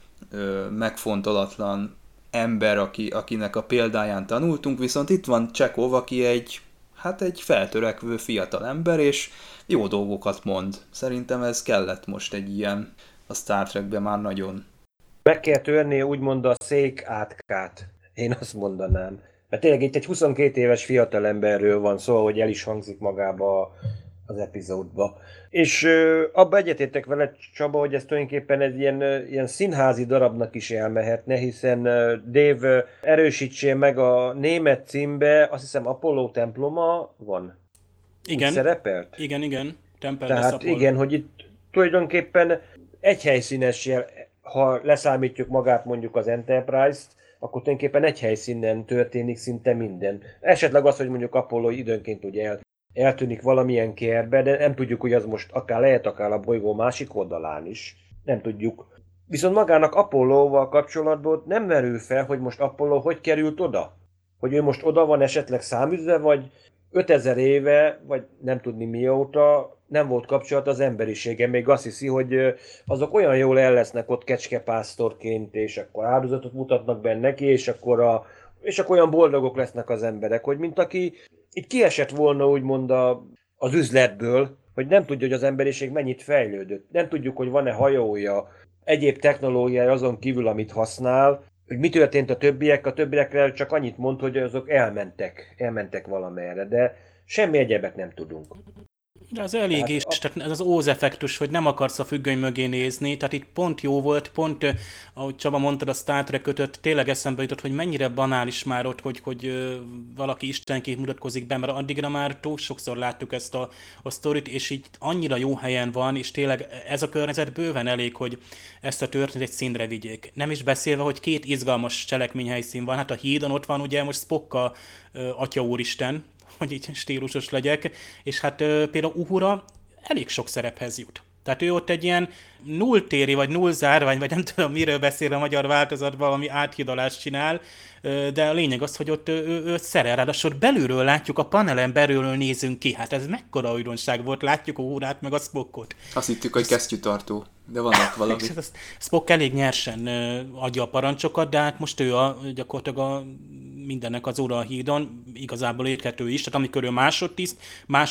megfontolatlan ember, akinek a példáján tanultunk, viszont itt van Csekov, aki egy feltörekvő fiatal ember, és jó dolgokat mond. Szerintem ez kellett most egy ilyen a Star Trekben már nagyon. Meg kell törni úgymond a szék átkát, én azt mondanám. Mert tényleg itt egy 22 éves fiatalemberről van szó, hogy el is hangzik magába az epizódba. És abba egyetértek vele, Csaba, hogy ez tulajdonképpen egy ilyen színházi darabnak is elmehetne, hiszen Dave erősítsél meg a német címbe, azt hiszem Apollo temploma van. Igen. Úgy szerepelt? Igen. Tehát igen, hogy itt tulajdonképpen egy helyszínes, ha leszámítjuk magát mondjuk az Enterprise-t, akkor tulajdonképpen egy helyszínen történik szinte minden. Esetleg az, hogy mondjuk Apollo időnként ugye eltűnik valamilyen kertbe, de nem tudjuk, hogy az most lehet akár a bolygó másik oldalán is. Nem tudjuk. Viszont magának Apollóval kapcsolatban nem merül fel, hogy most Apollo hogy került oda. Hogy ő most oda van esetleg száműzve, vagy 5000 éve, vagy nem tudni mióta nem volt kapcsolat az emberisége. Még azt hiszi, hogy azok olyan jól el lesznek ott kecskepásztorként, és akkor áldozatot mutatnak benne neki, és akkor olyan boldogok lesznek az emberek, hogy mint aki itt kiesett volna úgymond az üzletből, hogy nem tudja, hogy az emberiség mennyit fejlődött. Nem tudjuk, hogy van-e hajója, egyéb technológiája azon kívül, amit használ, hogy mi történt a többiekre csak annyit mond, hogy azok elmentek valamerre, de semmi egyebet nem tudunk. De az elég is, tehát ez az Óz-effektus, hogy nem akarsz a függöny mögé nézni, tehát itt pont jó volt, pont, ahogy Csaba mondtad, a Star Trek 5-öt, tényleg eszembe jutott, hogy mennyire banális már ott, hogy valaki istenként mutatkozik be, mert addigra már túl sokszor láttuk ezt a sztorit, és így annyira jó helyen van, és tényleg ez a környezet bőven elég, hogy ezt a történetet egy színre vigyék. Nem is beszélve, hogy 2 izgalmas cselekményhelyszín van, hát a hídon ott van ugye most Spock a Atya Úristen, hogy így stílusos legyek, és hát például Uhura elég sok szerephez jut. Tehát ő ott egy ilyen nulltéri, vagy nullzárvány, vagy nem tudom, miről beszél a magyar változatban, valami áthidalást csinál, de a lényeg az, hogy ott ő szerel, ráadásul belülről látjuk, a panelen belülről nézünk ki. Hát ez mekkora újdonság volt, látjuk a Uhurát, meg a Spockot. Azt hittük, hogy kesztyűtartó, de van ott valami. Spock elég nyersen adja a parancsokat, de hát most ő gyakorlatilag mindennek az ura a hídon, igazából érthető is, tehát amikor ő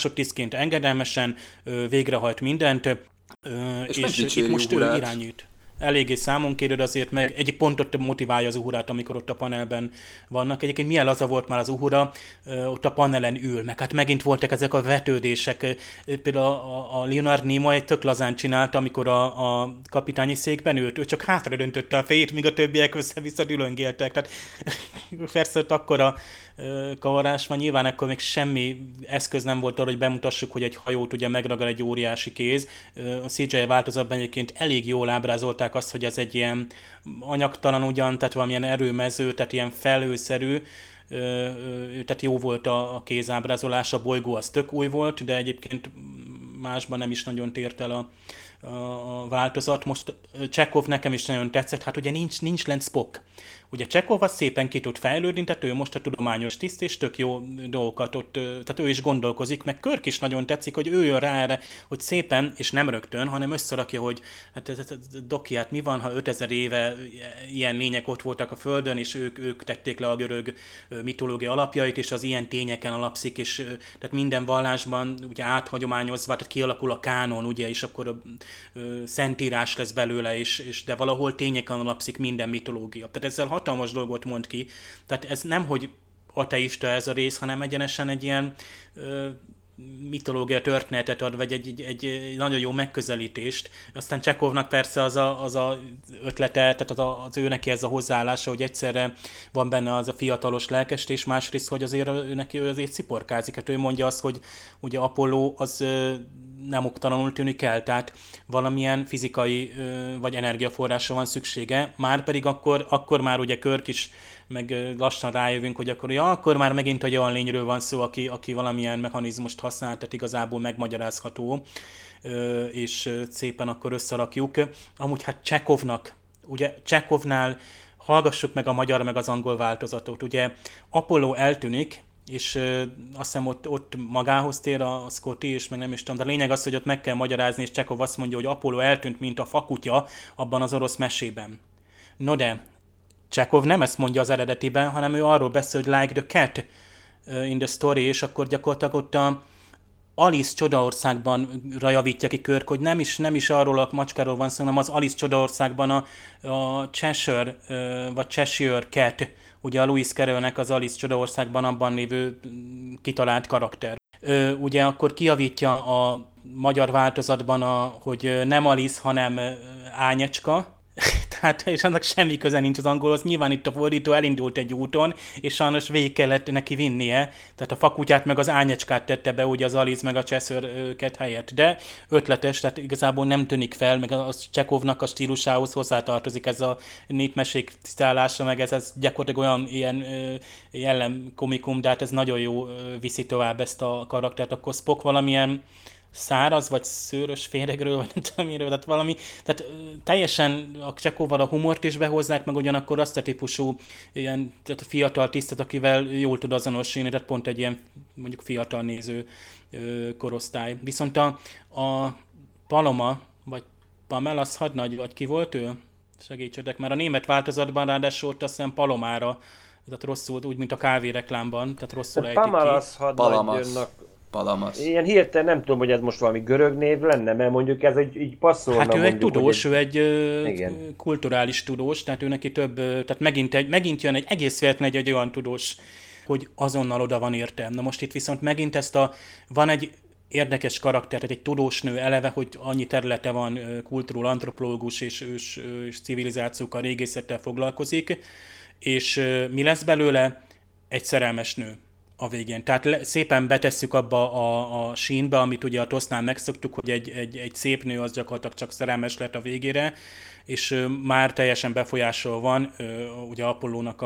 másodtisztként engedelmesen végrehajt mindent, és itt most ő irányít. eléggé számonkérő, de azért meg egyik pontot motiválja az Uhurát, amikor ott a panelben vannak. Egyébként milyen laza volt már az Uhura, ott a panelen ül, meg hát megint voltak ezek a vetődések. Például a Leonard Nimoy egy tök lazán csinálta, amikor a kapitányi székben ült, ő csak hátra döntötte a fejét, míg a többiek össze-vissza dülöngéltek. Tehát persze ott akkora kavarás van, nyilván akkor még semmi eszköz nem volt arra, hogy bemutassuk, hogy egy hajót ugye megragad egy óriási kéz. A CGI változatban egyébként elég jól ábrázolták azt, hogy ez egy ilyen anyagtalan ugyan, tehát valamilyen erőmező, tehát ilyen felhőszerű, tehát jó volt a kézábrázolás, a bolygó az tök új volt, de egyébként másban nem is nagyon tért el a változat. Most Chekhov nekem is nagyon tetszett, hát ugye nincs lent Spock. Ugye Chekhov az szépen ki tud fejlődni, tehát ő most a tudományos tiszt, és tök jó dolgokat ott, tehát ő is gondolkozik, meg Kirk is nagyon tetszik, hogy ő jön rá erre, hogy szépen, és nem rögtön, hanem összerakja, hogy hát Doki, hát mi van, ha 5000 éve ilyen lények ott voltak a Földön, és ők tették le a görög mitológia alapjait, és az ilyen tényeken alapszik, és tehát minden vallásban ugye áthagyományozva, tehát kialakul a kánon, ugye, és akkor szentírás lesz belőle, de valahol tényeken alapszik minden mitológia. Tehát ezzel hatalmas dolgot mond ki. Tehát ez nem, hogy ateista ez a rész, hanem egyenesen egy ilyen mitológia történetet ad, vagy egy nagyon jó megközelítést. Aztán Csekhovnak persze az a ötlete, tehát az ő neki ez a hozzáállása, hogy egyszerre van benne az a fiatalos lelkestés, másrészt, hogy azért ő neki azért sziporkázik. Hát ő mondja azt, hogy ugye Apollo az nem oktalanul tűnik el, tehát valamilyen fizikai vagy energiaforrásra van szüksége, márpedig akkor már ugye Kirk is meg lassan rájövünk, hogy akkor már megint egy olyan lényről van szó, aki valamilyen mechanizmust használ, tehát igazából megmagyarázható, és szépen akkor összerakjuk. Amúgy hát Csekhovnak, ugye Csekhovnál hallgassuk meg a magyar, meg az angol változatot. Ugye Apollo eltűnik, és azt hiszem ott magához tér a Scotty, és meg nem is tudom, de a lényeg az, hogy ott meg kell magyarázni, és Chekhov azt mondja, hogy Apollo eltűnt, mint a fakutya abban az orosz mesében. No de Chekhov nem ezt mondja az eredetiben, hanem ő arról beszél, hogy like the cat in the story, és akkor gyakorlatilag ott a Alice Csodaországban javítja ki Kirk, hogy nem is arról a macskáról van szó, hanem az Alice Csodaországban a Cheshire, vagy Cheshire Cat, ugye a Lewis Carrollnek az Alice Csodaországban abban lévő kitalált karakter. Ugye akkor kijavítja a magyar változatban, hogy nem Alice, hanem Ányecska, tehát, és annak semmi köze nincs az angolhoz. Nyilván itt a fordító elindult egy úton, és sajnos végig kellett neki vinnie. Tehát a fakutyát meg az Ányecskát tette be, ugye az Alice meg a Cheshire-ket helyett. De ötletes, tehát igazából nem tűnik fel, meg a Csekhovnak a stílusához hozzátartozik ez a népmesék tisztálása, meg ez gyakorlatilag olyan ilyen jellemkomikum, de hát ez nagyon jó viszi tovább ezt a karaktert. Akkor Spock valamilyen száraz, vagy szőrös féregről, vagy nem tudom miről, tehát valami, tehát teljesen a Csekhovval a humort is behozzák, meg ugyanakkor azt a típusú ilyen, tehát a fiatal tisztet, akivel jól tud azonosulni, tehát pont egy ilyen mondjuk fiatal néző korosztály. Viszont a Paloma, vagy Pamela, az hadnagy, vagy ki volt ő? Segítsetek, mert a német változatban ráadásul ott azt hiszem Palomára, tehát rosszul, úgy, mint a kávéreklámban, tehát rosszul ejtik ki. Pamelasz hadnagynak. Palamasz. Ilyen hirtelen nem tudom, hogy ez most valami görög név lenne, mert mondjuk ez így passzolna. Hát ő mondjuk, egy tudós, ő egy igen. kulturális tudós, tehát ő neki több, tehát megint jön egy egész véletlen egy olyan tudós, hogy azonnal oda van érte. Na most itt viszont megint van egy érdekes karakter, tehát egy tudósnő eleve, hogy annyi területe van, kultúról, antropológus és civilizációkkal, régészettel foglalkozik, és mi lesz belőle? Egy szerelmes nő a végén. Tehát szépen betesszük abba a sínbe, amit ugye a TOSZ-nál megszoktuk, hogy egy szép nő az gyakorlatilag csak szerelmes lett a végére, és már teljesen befolyásol van ugye Apollónak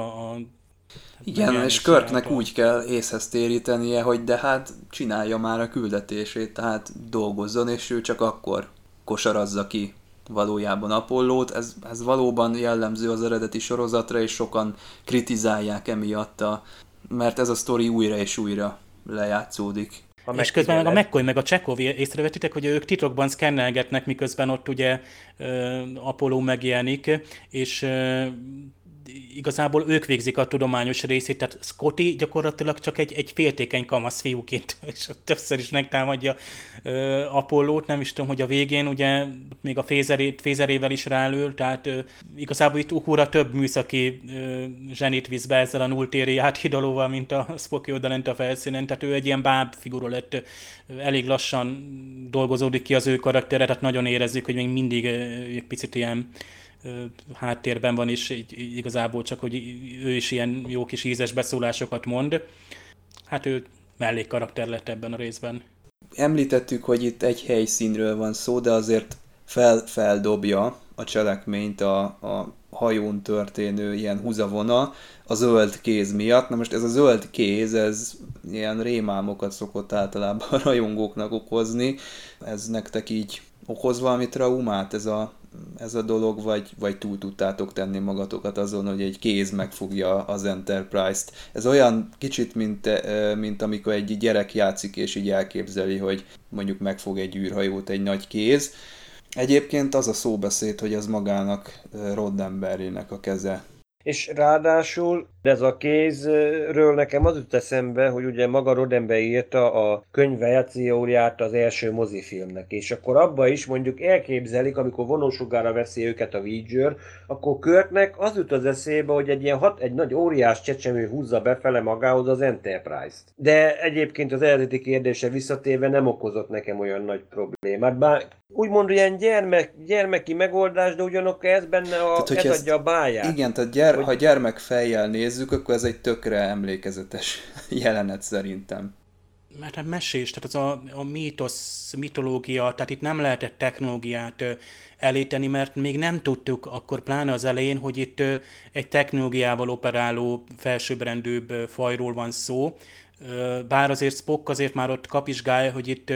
igen, és Kirknek úgy kell észhez térítenie, hogy de hát csinálja már a küldetését, tehát dolgozzon, és ő csak akkor kosarazza ki valójában Apollót. Ez valóban jellemző az eredeti sorozatra, és sokan kritizálják emiatt, mert ez a sztori újra és újra lejátszódik. És közben meg a McCoy meg a Chekhov észrevetitek, hogy ők titokban szkennelgetnek, miközben ott ugye Apollo megjelenik, és igazából ők végzik a tudományos részét, tehát Scotty gyakorlatilag csak egy féltékeny kamasz fiúként, és többször is megtámadja Apollót, nem is tudom, hogy a végén ugye még a fézerével is rálül, tehát igazából itt Uhura több műszaki zsenit visz be ezzel a nulltéri áthidalóval, mint a Spocky odalent a felszínen, tehát ő egy ilyen báb figura lett, elég lassan dolgozódik ki az ő karaktere, tehát nagyon érezzük, hogy még mindig egy picit ilyen háttérben van, és igazából csak, hogy ő is ilyen jó kis ízes beszólásokat mond. Hát ő mellékkarakter lett ebben a részben. Említettük, hogy itt egy helyszínről van szó, de azért feldobja a cselekményt a hajón történő ilyen húzavona a zöld kéz miatt. Na most ez a zöld kéz, ez ilyen rémálmokat szokott általában a rajongóknak okozni. Ez nektek így okoz valami traumát ez a dolog, vagy túl tudtátok tenni magatokat azon, hogy egy kéz megfogja az Enterprise-t. Ez olyan kicsit, mint amikor egy gyerek játszik, és így elképzeli, hogy mondjuk megfog egy űrhajót egy nagy kéz. Egyébként az a szóbeszéd, hogy az magának Roddenberrynek a keze. És ráadásul ez a kézről nekem az jut eszembe, hogy ugye maga Roddenberry írta a könyvverzióját az első mozifilmnek, és akkor abba is mondjuk elképzelik, amikor vonósugárra veszi őket a Voyager, akkor Kirknek az jut az eszébe, hogy egy nagy óriás csecsemő húzza befele magához az Enterprise-t. De egyébként az eredeti kérdése visszatérve nem okozott nekem olyan nagy problémát, bár úgymond ilyen gyermeki megoldás, de ugyanakkor ez benne ez adja a báját. Igen, tehát ha gyermekfejjel nézzük, akkor ez egy tökre emlékezetes jelenet szerintem. Mert hát mesés, tehát az a mítosz, mitológia, tehát itt nem lehetett technológiát elíteni, mert még nem tudtuk akkor pláne az elején, hogy itt egy technológiával operáló felsőbbrendűbb fajról van szó. Bár azért Spock azért már ott kapizsgálja, hogy itt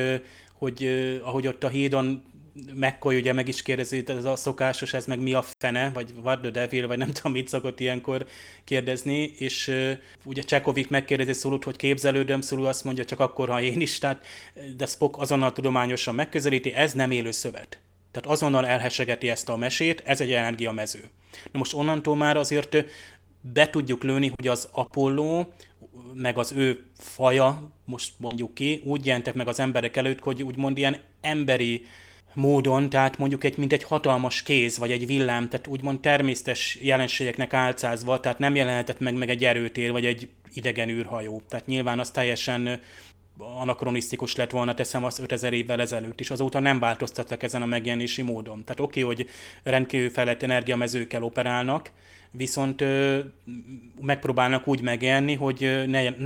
ahogy ott a hídon McCoy ugye meg is kérdezi, ez a szokásos, ez meg mi a fene, vagy what the devil, vagy nem tudom, mit szokott ilyenkor kérdezni, és ugye Csekovik megkérdezi Szulut, hogy képzelődöm, Szulu azt mondja, csak akkor, ha én is, tehát, de Spock azonnal tudományosan megközelíti, ez nem élő szövet. Tehát azonnal elhessegeti ezt a mesét, ez egy energiamező. Na most onnantól már azért be tudjuk lőni, hogy az Apollo, meg az ő faja, most mondjuk ki, úgy jelentek meg az emberek előtt, hogy úgymond ilyen emberi módon, tehát mondjuk mint egy hatalmas kéz, vagy egy villám, tehát úgymond természetes jelenségeknek álcázva, tehát nem jelenhetett meg egy erőtér, vagy egy idegen űrhajó. Tehát nyilván az teljesen anakronisztikus lett volna, teszem azt 5000 évvel ezelőtt is. Azóta nem változtattak ezen a megjelenési módon. Tehát oké, hogy rendkívül fejlett energiamezőkkel operálnak, viszont megpróbálnak úgy megjelenni, hogy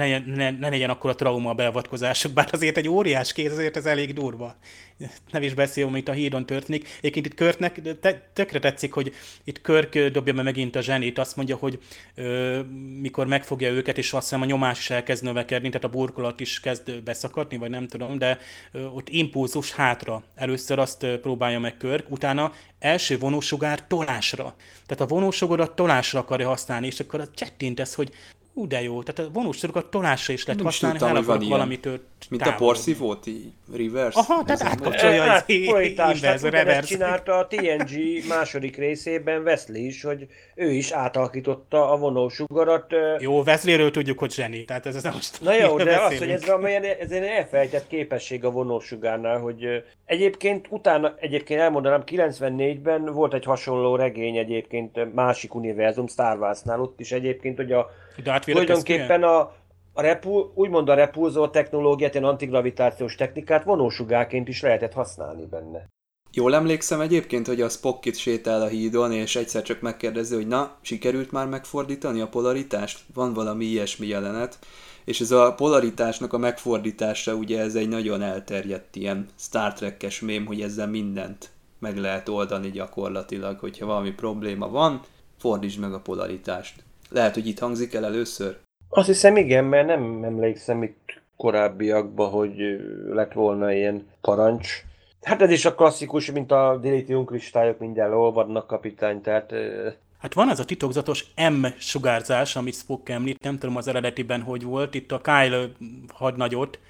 ne legyen akkor a trauma a beavatkozásuk, bár azért egy óriás kéz, azért ez elég durva. Nem is beszélünk, amit a hídon történik. Egyébként itt Kirknek tökre tetszik, hogy itt Kirk dobja be megint a zsenét, azt mondja, hogy mikor megfogja őket, és azt hiszem a nyomás is elkezd növekedni, tehát a burkolat is kezd beszakadni, vagy nem tudom, de ott impulzus hátra. Először azt próbálja meg Kirk, utána első vonósugár tolásra. Tehát a vonósugarat tolásra akarja használni, és akkor csettintesz, hogy de jó, tehát a vonósugarat tolásra is lehet használni, ha akarok valamitől mint a porszívót, így reverse. Aha, tehát átkapcsolja az inverse, reverse. Csinálta a TNG második részében Wesley is, hogy ő is átalakította a vonósugarat. Jó, Wesleyről tudjuk, hogy zseni, tehát ez most... Na jó, de az, hogy ez egy elfelejtett képesség a vonósugárnál, hogy egyébként elmondanám, 94-ben volt egy hasonló regény egyébként másik univerzum, Star Warsnál, ott is egyébként, hogy tulajdonképpen úgymond a repulzor technológiát, ilyen antigravitációs technikát vonósugárként is lehetett használni benne. Jól emlékszem egyébként, hogy a Spock itt sétál a hídon, és egyszer csak megkérdezi, hogy na, sikerült már megfordítani a polaritást? Van valami ilyesmi jelenet. És ez a polaritásnak a megfordítása, ugye ez egy nagyon elterjedt ilyen Star Trek-es mém, hogy ezzel mindent meg lehet oldani gyakorlatilag, hogyha valami probléma van, fordítsd meg a polaritást. Lehet, hogy itt hangzik el először? Azt hiszem igen, mert nem emlékszem itt korábbiakban, hogy lett volna ilyen parancs. Hát ez is a klasszikus, mint a dilithium kristályok minden olvadnak, kapitány, tehát... Hát van ez a titokzatos M-sugárzás, amit Spock említ, nem tudom az eredetiben hogy volt, itt a Kyle hadnagyot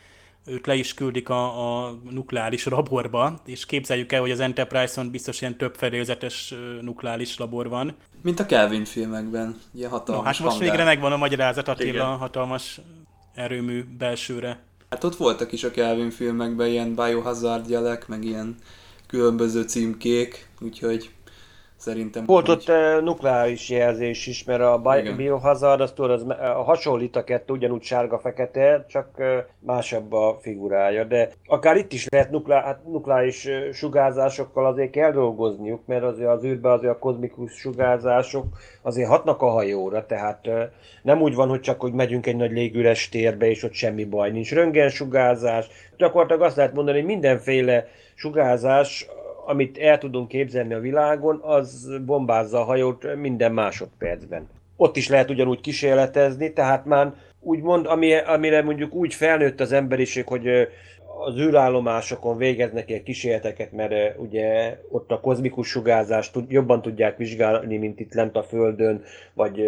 őt le is küldik a nukleáris laborba, és képzeljük el, hogy az Enterprise-on biztos ilyen több fedélzetes nukleáris labor van. Mint a Kelvin filmekben, ilyen hatalmas hát most hangár. végre megvan a magyarázat Attila Igen. hatalmas erőmű belsőre. Hát ott voltak is a Kelvin filmekben ilyen biohazard jelek, meg ilyen különböző címkék, úgyhogy szerintem... Volt ott nukleáris jelzés is, mert a Igen. biohazard, azt tudod, hasonlít a kettő, ugyanúgy sárga-fekete, csak másabb a figurája. De akár itt is lehet nukleáris sugárzásokkal azért kell dolgozniuk, mert azért az űrben azért a kozmikus sugárzások azért hatnak a hajóra, tehát nem úgy van, hogy csak hogy megyünk egy nagy légüres térbe, és ott semmi baj nincs. Röntgensugárzás, gyakorlatilag azt lehet mondani, hogy mindenféle sugárzás, amit el tudunk képzelni a világon, az bombázza a hajót minden másodpercben. Ott is lehet ugyanúgy kísérletezni, tehát már úgymond, amire mondjuk úgy felnőtt az emberiség, hogy az űrállomásokon végeznek ilyen kísérleteket, mert ugye ott a kozmikus sugárzást jobban tudják vizsgálni, mint itt lent a Földön, vagy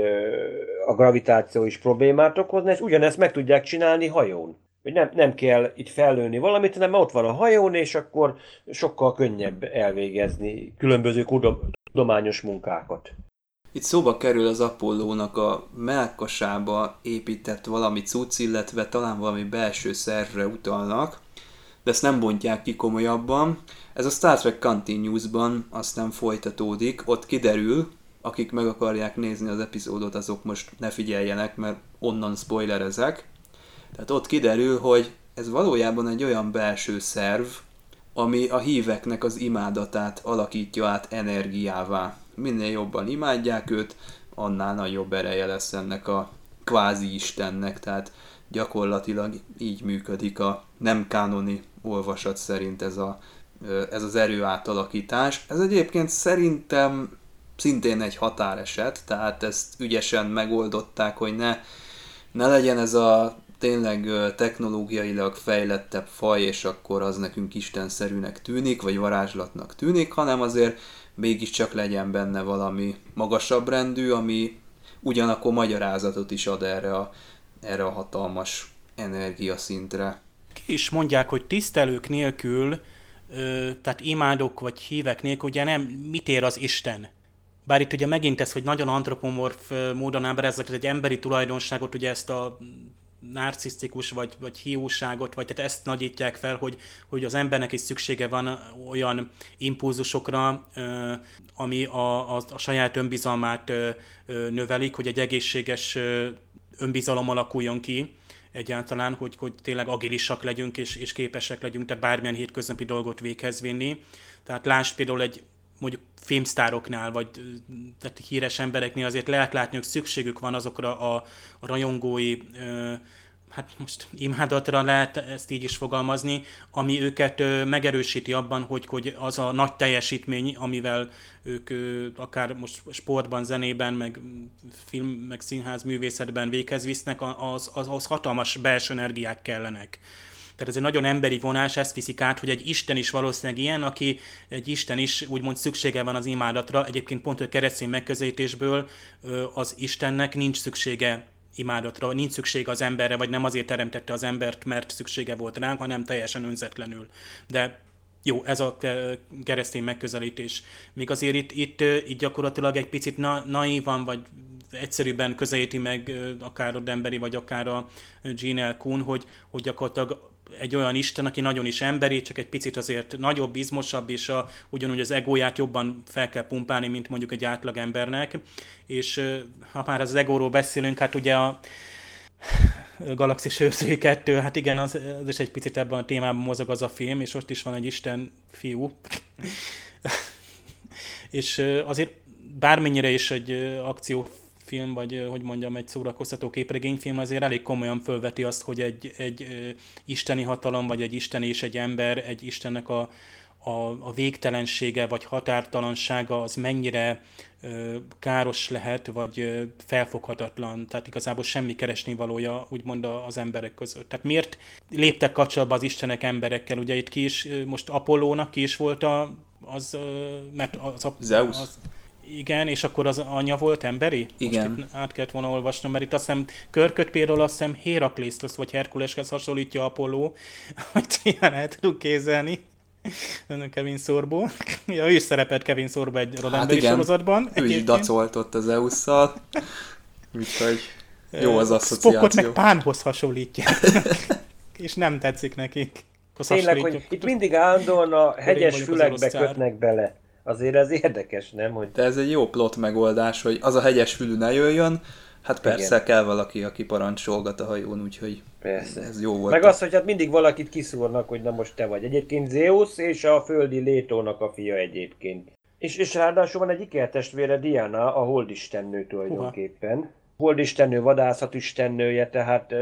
a gravitáció is problémát okozna, és ugyanezt meg tudják csinálni hajón. Hogy nem kell itt fellőni valamit, hanem ott van a hajón, és akkor sokkal könnyebb elvégezni különböző tudományos munkákat. Itt szóba kerül az Apollónak a mellkasába épített valami cucc, illetve talán valami belső szervre utalnak, de ezt nem bontják ki komolyabban. Ez a Star Trek Continuous-ban aztán folytatódik, ott kiderül, akik meg akarják nézni az epizódot, azok most ne figyeljenek, mert onnan spoilerezek. Tehát ott kiderül, hogy ez valójában egy olyan belső szerv, ami a híveknek az imádatát alakítja át energiává. Minél jobban imádják őt, annál nagyobb ereje lesz ennek a kvázi istennek, tehát gyakorlatilag így működik a nem kánoni olvasat szerint ez az erő átalakítás. Ez egyébként szerintem szintén egy határeset, tehát ezt ügyesen megoldották, hogy ne legyen ez a tényleg technológiailag fejlettebb faj, és akkor az nekünk istenszerűnek tűnik, vagy varázslatnak tűnik, hanem azért mégiscsak legyen benne valami magasabb rendű, ami ugyanakkor magyarázatot is ad erre a hatalmas energiaszintre. Ki is mondják, hogy tisztelők nélkül, tehát imádók vagy hívek nélkül, ugye nem, mit ér az Isten? Bár itt ugye megint ez, hogy nagyon antropomorf módon ábrázolják egy emberi tulajdonságot, ugye ezt a narcisztikus vagy hiúságot, vagy tehát ezt nagyítják fel, hogy az embernek is szüksége van olyan impulzusokra, ami a saját önbizalmát növelik, hogy egy egészséges önbizalom alakuljon ki egyáltalán, hogy tényleg agilisak legyünk és képesek legyünk, tehát bármilyen hétköznapi dolgot véghez vinni. Tehát lásd például mondjuk filmsztároknál, vagy tehát híres embereknél azért lehet látni, hogy szükségük van azokra a rajongói, hát most imádatra lehet ezt így is fogalmazni, ami őket megerősíti abban, hogy az a nagy teljesítmény, amivel ők akár most sportban, zenében, meg film, meg színház művészetben véghez visznek, az hatalmas belső energiák kellenek. Tehát ez egy nagyon emberi vonás, ezt viszik át, hogy egy Isten is valószínűleg ilyen, aki egy Isten is úgymond szüksége van az imádatra. Egyébként pont a keresztény megközelítésből az Istennek nincs szüksége imádatra, nincs szüksége az emberre, vagy nem azért teremtette az embert, mert szüksége volt ránk, hanem teljesen önzetlenül. De jó, ez a keresztény megközelítés. Még azért itt gyakorlatilag egy picit naívan, vagy egyszerűbben közelíti meg akár a Demberi, vagy akár a Gene L. Kuhn, hogy gyakorlatilag egy olyan Isten, aki nagyon is emberi, csak egy picit azért nagyobb, izmosabb, és ugyanúgy az egóját jobban fel kell pumpálni, mint mondjuk egy átlag embernek. És ha már az egóról beszélünk, hát ugye a Galaxis őrzői 2, hát igen, az is egy picit ebben a témában mozog az a film, és ott is van egy Isten fiú. És azért bármennyire is egy akciófilm, vagy hogy mondjam, egy szórakoztató képregényfilm, azért elég komolyan fölveti azt, hogy egy isteni hatalom, vagy egy isten és egy ember, egy Istennek a végtelensége, vagy határtalansága az mennyire káros lehet, vagy felfoghatatlan. Tehát igazából semmi keresnivalója úgymond az emberek között. Tehát miért léptek kapcsolatba az istenek emberekkel? Ugye itt ki is, most Apollónak ki is volt mert Zeus. Igen, és akkor az anya volt emberi? Igen. Most itt át kellett volna olvasnom, mert itt azt hiszem Körköt például azt hiszem Héraklészthoz vagy Herkuleshez hasonlítja Apolló, hogy ilyen el tudunk kézelni. Kevin Sorbo. Ja, ő is szerepelt Kevin Sorbo egy rodemberi sorozatban. Ő is dacolt ott az Eusszal. Úgyhogy jó az asszociáció. Spockot meg Pánhoz hasonlítják. És nem tetszik nekik. Tényleg, hogy itt mindig állandóan a hegyes fülekbe kötnek bele. Azért ez érdekes, nem? Hogy... De ez egy jó plot megoldás, hogy az a hegyes fülű ne jöjjön. Hát persze, igen. Kell valaki, aki parancsolgat a hajón, úgyhogy persze. Ez jó volt. Meg az, hogy hát mindig valakit kiszúrnak, hogy na most te vagy. Egyébként Zeus és a földi Létónak a fia egyébként. És ráadásul van egy ikertestvére, Diana, a holdistennő tulajdonképpen. Holdistennő, vadászat istennője, tehát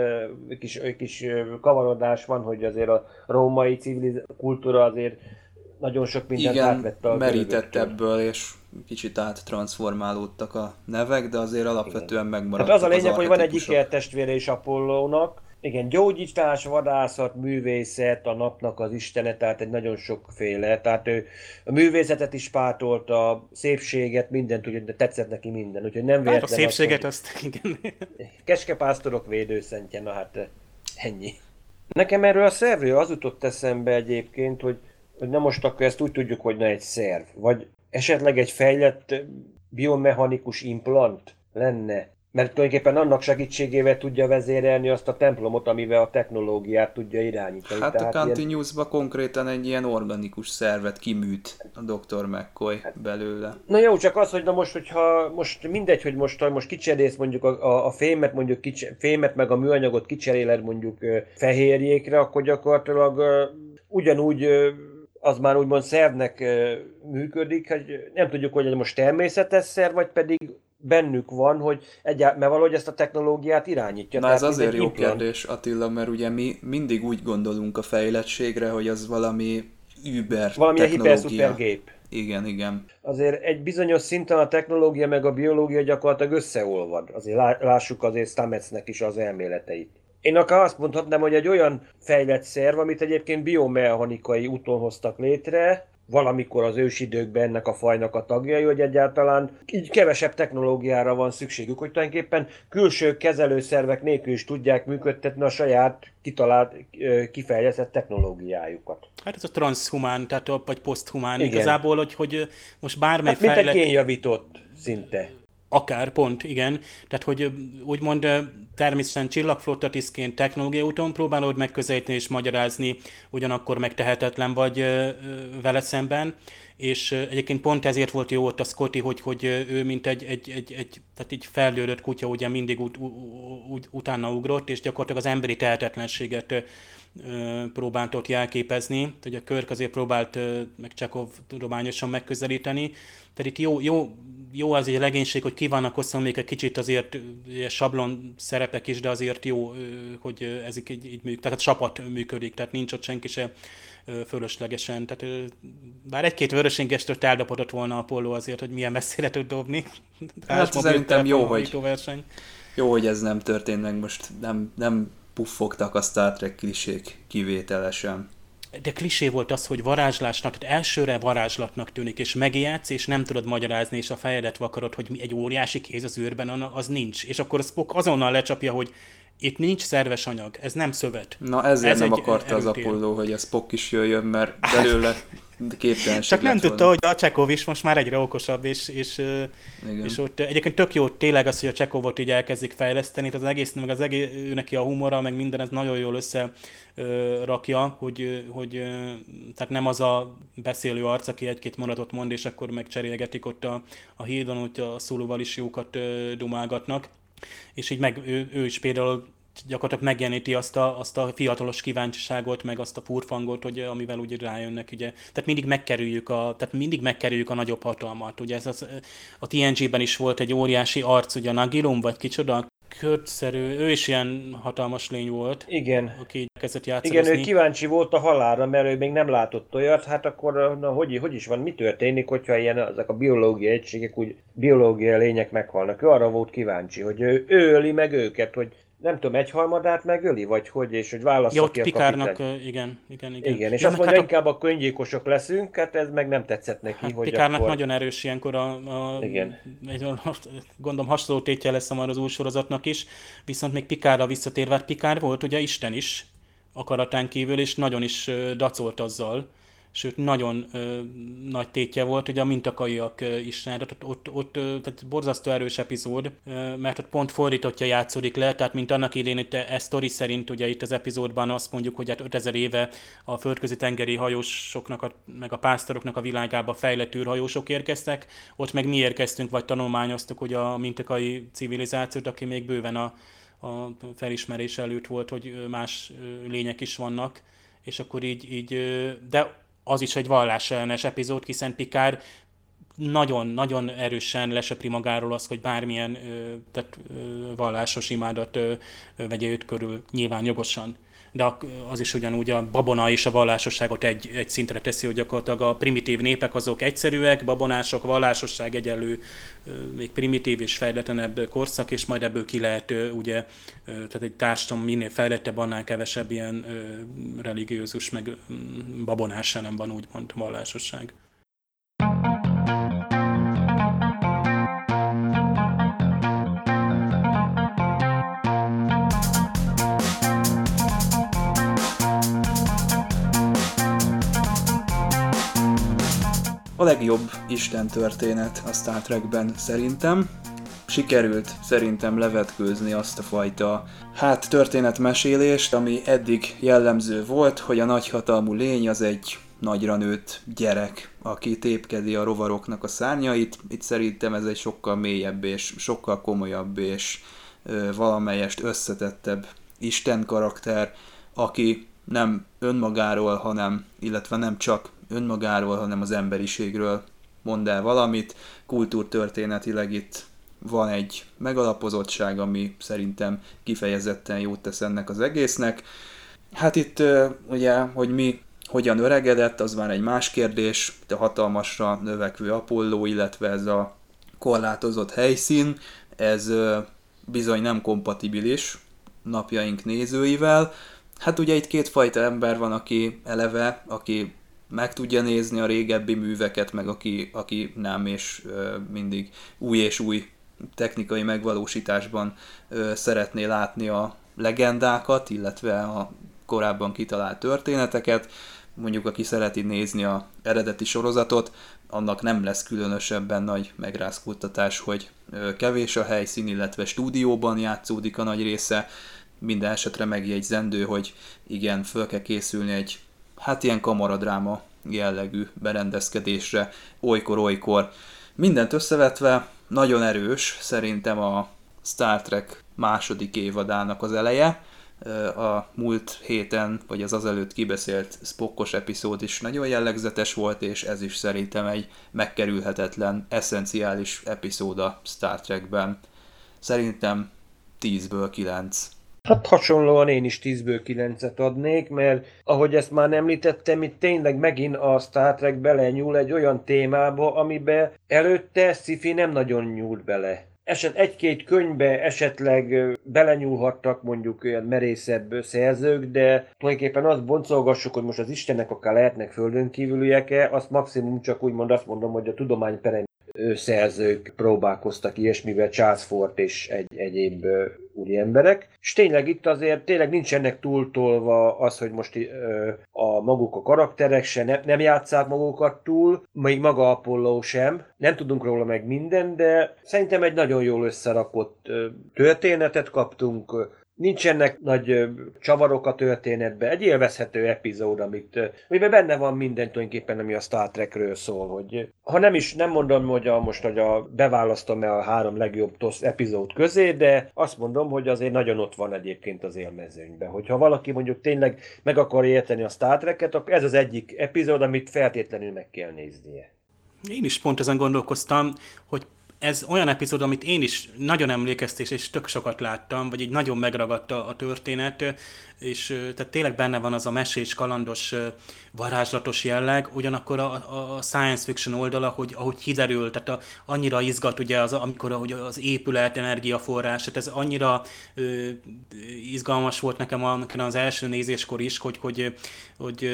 kis kavarodás van, hogy azért a római civil kultúra azért nagyon sok mindent átvette a merített ebből, és kicsit áttransformálódtak a nevek, de azért alapvetően megmaradtak hát az a lényeg, hogy van egy ikertestvére is Apollónak. Igen, gyógyítás, vadászat, művészet, a napnak az istene, tehát egy nagyon sokféle. Tehát ő a művészetet is pártolta, a szépséget, mindent, ugye, de tetszett neki minden. Úgyhogy nem véletlen. A szépséget azt, igen. Keskepásztorok védőszentje, na hát ennyi. Nekem erről a szervről az jutott eszembe egyébként, hogy na most akkor ezt úgy tudjuk, hogy na egy szerv, vagy esetleg egy fejlett biomechanikus implant lenne, mert tulajdonképpen annak segítségével tudja vezérelni azt a templomot, amivel a technológiát tudja irányítani. Hát tehát a Continuous-ba konkrétan egy ilyen organikus szervet kiműt a Dr. McCoy belőle. Na jó, csak az, hogy na most, hogyha most mindegy, hogy most kicserélsz mondjuk a fémet, mondjuk fémet meg a műanyagot kicseréled mondjuk fehérjékre, akkor gyakorlatilag ugyanúgy az már úgymond szervnek működik, hogy nem tudjuk, hogy most természetes szerv, vagy pedig bennük van, hogy mert valahogy ezt a technológiát irányítja. Na ez azért jó kérdés, Attila, mert ugye mi mindig úgy gondolunk a fejlettségre, hogy az valami über valami hiper-szuper gép. Igen, igen. Azért egy bizonyos szinten a technológia meg a biológia gyakorlatilag összeolvad. Azért lássuk azért Stametsnek is az elméleteit. Én akár azt mondhatnám, hogy egy olyan fejlett szerv, amit egyébként biomechanikai úton hoztak létre, valamikor az ősidőkben ennek a fajnak a tagjai, hogy egyáltalán így kevesebb technológiára van szükségük, hogy tulajdonképpen külső kezelőszervek nélkül is tudják működtetni a saját kitalált, kifejlesztett technológiájukat. Hát ez a transhumán, tehát vagy poszthumán igazából, hogy most bármely hát mint egy génjavított szinte. Akár, pont, igen. Tehát, hogy úgymond természetesen csillagflottatisztként technológia úton próbálod megközelíteni és magyarázni, ugyanakkor megtehetetlen vagy vele szemben. És egyébként pont ezért volt jó ott a Scotty, hogy ő mint tehát így fejlődött kutya ugye mindig utána ugrott, és gyakorlatilag az emberi tehetetlenséget próbált ott jelképezni. Ugye a Kirk azért próbált meg Chekhov tudományosan megközelíteni. Tehát itt jó az egy legénység, hogy ki vannak hosszan még egy kicsit azért sablon szerepek is, de azért jó, hogy ez így működik, tehát a csapat működik, tehát nincs ott senki se fölöslegesen. Tehát bár egy-két vörösingestől eldobodott volna Apollo azért, hogy milyen messzire tud dobni. Hát szerintem jó, hogy ez nem történt meg, most nem puffogtak a Star Trek klisék kivételesen. De klisé volt az, hogy varázslásnak, tehát elsőre varázslatnak tűnik, és megjátsz, és nem tudod magyarázni, és a fejedet vakarod, hogy egy óriási kéz az űrben, az nincs. És akkor a Spock azonnal lecsapja, hogy itt nincs szerves anyag, ez nem szövet. Na ezért ez nem akarta az Apollo, hogy a Spock is jöjjön, mert belőle képtelenség. Csak nem tudta, hogy a Chekhov is most már egyre okosabb, és ott egyébként tök jó tényleg az, hogy a Chekhovot így elkezdik fejleszteni, az egész, meg az egész, ő neki a humora, meg minden, ez nagyon jól összerakja, hogy tehát nem az a beszélő arc, aki egy-két mondatot mond, és akkor megcserélgetik ott a hídon, hogy a szólóval is jókat dumálgatnak. És így ő is például gyakorlatilag megjeleníti azt a fiatalos kíváncsiságot, meg azt a furfangot, hogy amivel úgy rájönnek, ugye. Tehát mindig megkerüljük a nagyobb hatalmat. Ugye ez a TNG-ben is volt egy óriási arc, ugye a Nagilum, vagy kicsoda, körtszerű, ő is ilyen hatalmas lény volt. Igen. Aki kezdett játszadozni. Igen, ő kíváncsi volt a halálra, mert ő még nem látott olyat, hát akkor na, hogy is van, mi történik, hogyha ezek a biológiai egységek, úgy biológiai lények meghalnak. Ő arra volt kíváncsi, hogy ő öli meg őket, hogy nem tudom, egyharmadát megöli, vagy hogy, és hogy válassza Ott ki a Picardnak, kapitány. igen. Igen, és Ja, azt meg mondja, hát inkább akkor öngyilkosok leszünk, hát ez meg nem tetszett neki, Hát hogy Picardnak akkor... nagyon erős ilyenkor Igen. gondolom hasonló tétje lesz már az új sorozatnak is, viszont még Picardra visszatérve, hát Picard volt ugye Isten is akaratán kívül, és nagyon is dacolt azzal, sőt nagyon nagy tétje volt, ugye a mintakaiak Isten, tehát tehát borzasztó erős epizód, mert ott pont fordítottja játszódik le, tehát mint annak idén itt sztori szerint ugye itt az epizódban azt mondjuk, hogy hát 5000 éve a földközi tengeri hajósoknak, meg a pásztoroknak a világába fejlett űrhajósok érkeztek, ott meg mi érkeztünk, vagy tanulmányoztuk ugye a mintakai civilizációt, aki még bőven a felismerés előtt volt, hogy más lények is vannak, és akkor így de az is egy vallásellenes epizód, hiszen Picard nagyon-nagyon erősen lesöpri magáról az, hogy bármilyen vallásos imádat vegye őt körül, nyilván jogosan. De az is ugyanúgy a babona és a vallásosságot egy szintre teszi, hogy gyakorlatilag a primitív népek azok egyszerűek, babonások, vallásosság egyenlő, még primitív és fejletlenebb korszak, és majd ebből ki lehet ugye, tehát egy társadalom minél fejlettebb, annál kevesebb ilyen religiózus, meg babonás elem van, úgymond vallásosság. A legjobb Isten történet a Star Trekben szerintem. Sikerült szerintem levetkőzni azt a fajta történetmesélést, ami eddig jellemző volt, hogy a nagyhatalmú lény az egy nagyra nőtt gyerek, aki tépkedi a rovaroknak a szárnyait. Itt szerintem ez egy sokkal mélyebb és sokkal komolyabb és valamelyest összetettebb Isten karakter, aki nem önmagáról, illetve nem csak önmagáról, hanem az emberiségről mond el valamit. Kultúrtörténetileg itt van egy megalapozottság, ami szerintem kifejezetten jót tesz ennek az egésznek. Hát itt ugye, hogy mi hogyan öregedett, az már egy más kérdés, a hatalmasra növekvő Apolló, illetve ez a korlátozott helyszín, ez bizony nem kompatibilis napjaink nézőivel. Hát ugye itt kétfajta ember van, aki eleve, aki meg tudja nézni a régebbi műveket, meg aki nem, és mindig új és új technikai megvalósításban szeretné látni a legendákat, illetve a korábban kitalált történeteket. Mondjuk aki szereti nézni az eredeti sorozatot, annak nem lesz különösebben nagy megrázkódtatás, hogy kevés a helyszín, illetve stúdióban játszódik a nagy része. Minden esetre megjegyzendő, hogy igen, föl kell készülni egy ilyen kamaradráma jellegű berendezkedésre, olykor-olykor. Mindent összevetve nagyon erős szerintem a Star Trek második évadának az eleje. A múlt héten, vagy az azelőtt kibeszélt Spockos epizód is nagyon jellegzetes volt, és ez is szerintem egy megkerülhetetlen, eszenciális epizód a Star Trekben. Szerintem 10-ből 9. Hát hasonlóan én is 10-ből 9-et adnék, mert ahogy ezt már említettem, itt tényleg megint a Star Trek belenyúl egy olyan témába, amiben előtte sci-fi nem nagyon nyúlt bele. Egy-két könyvbe esetleg belenyúlhattak mondjuk olyan merészebb szerzők, de tulajdonképpen azt boncolgassuk, hogy most az istenek akár lehetnek földön kívüliek-e, azt maximum csak úgymond azt mondom, hogy a tudományperem szerzők próbálkoztak ilyesmivel, Charles Fort és egyéb úri emberek. És tényleg itt azért tényleg nincsenek túltolva az, hogy most a maguk a karakterek se nem játsszák magukat túl, még maga Apollo sem. Nem tudunk róla meg minden, de szerintem egy nagyon jól összerakott történetet kaptunk. Nincsenek nagy csavarok a történetben, egy élvezhető epizód, amiben benne van minden tulajdonképpen, ami a Star Trekről szól, hogy ha nem mondom, hogy beválasztom-e a 3 legjobb epizód közé, de azt mondom, hogy azért nagyon ott van egyébként az élmezőnyben. Hogyha valaki mondjuk tényleg meg akarja érteni a Star Treket, akkor ez az egyik epizód, amit feltétlenül meg kell néznie. Én is pont ezen gondolkoztam, hogy ez olyan epizód, amit én is nagyon emlékeztem, és tök sokat láttam, vagy így nagyon megragadta a történet, és tehát tényleg benne van az a mesés, kalandos, varázslatos jelleg, ugyanakkor a science fiction oldala, ahogy kiderül, tehát annyira izgat, ugye, amikor az épület, energiaforrás, tehát ez annyira izgalmas volt nekem az első nézéskor is, hogy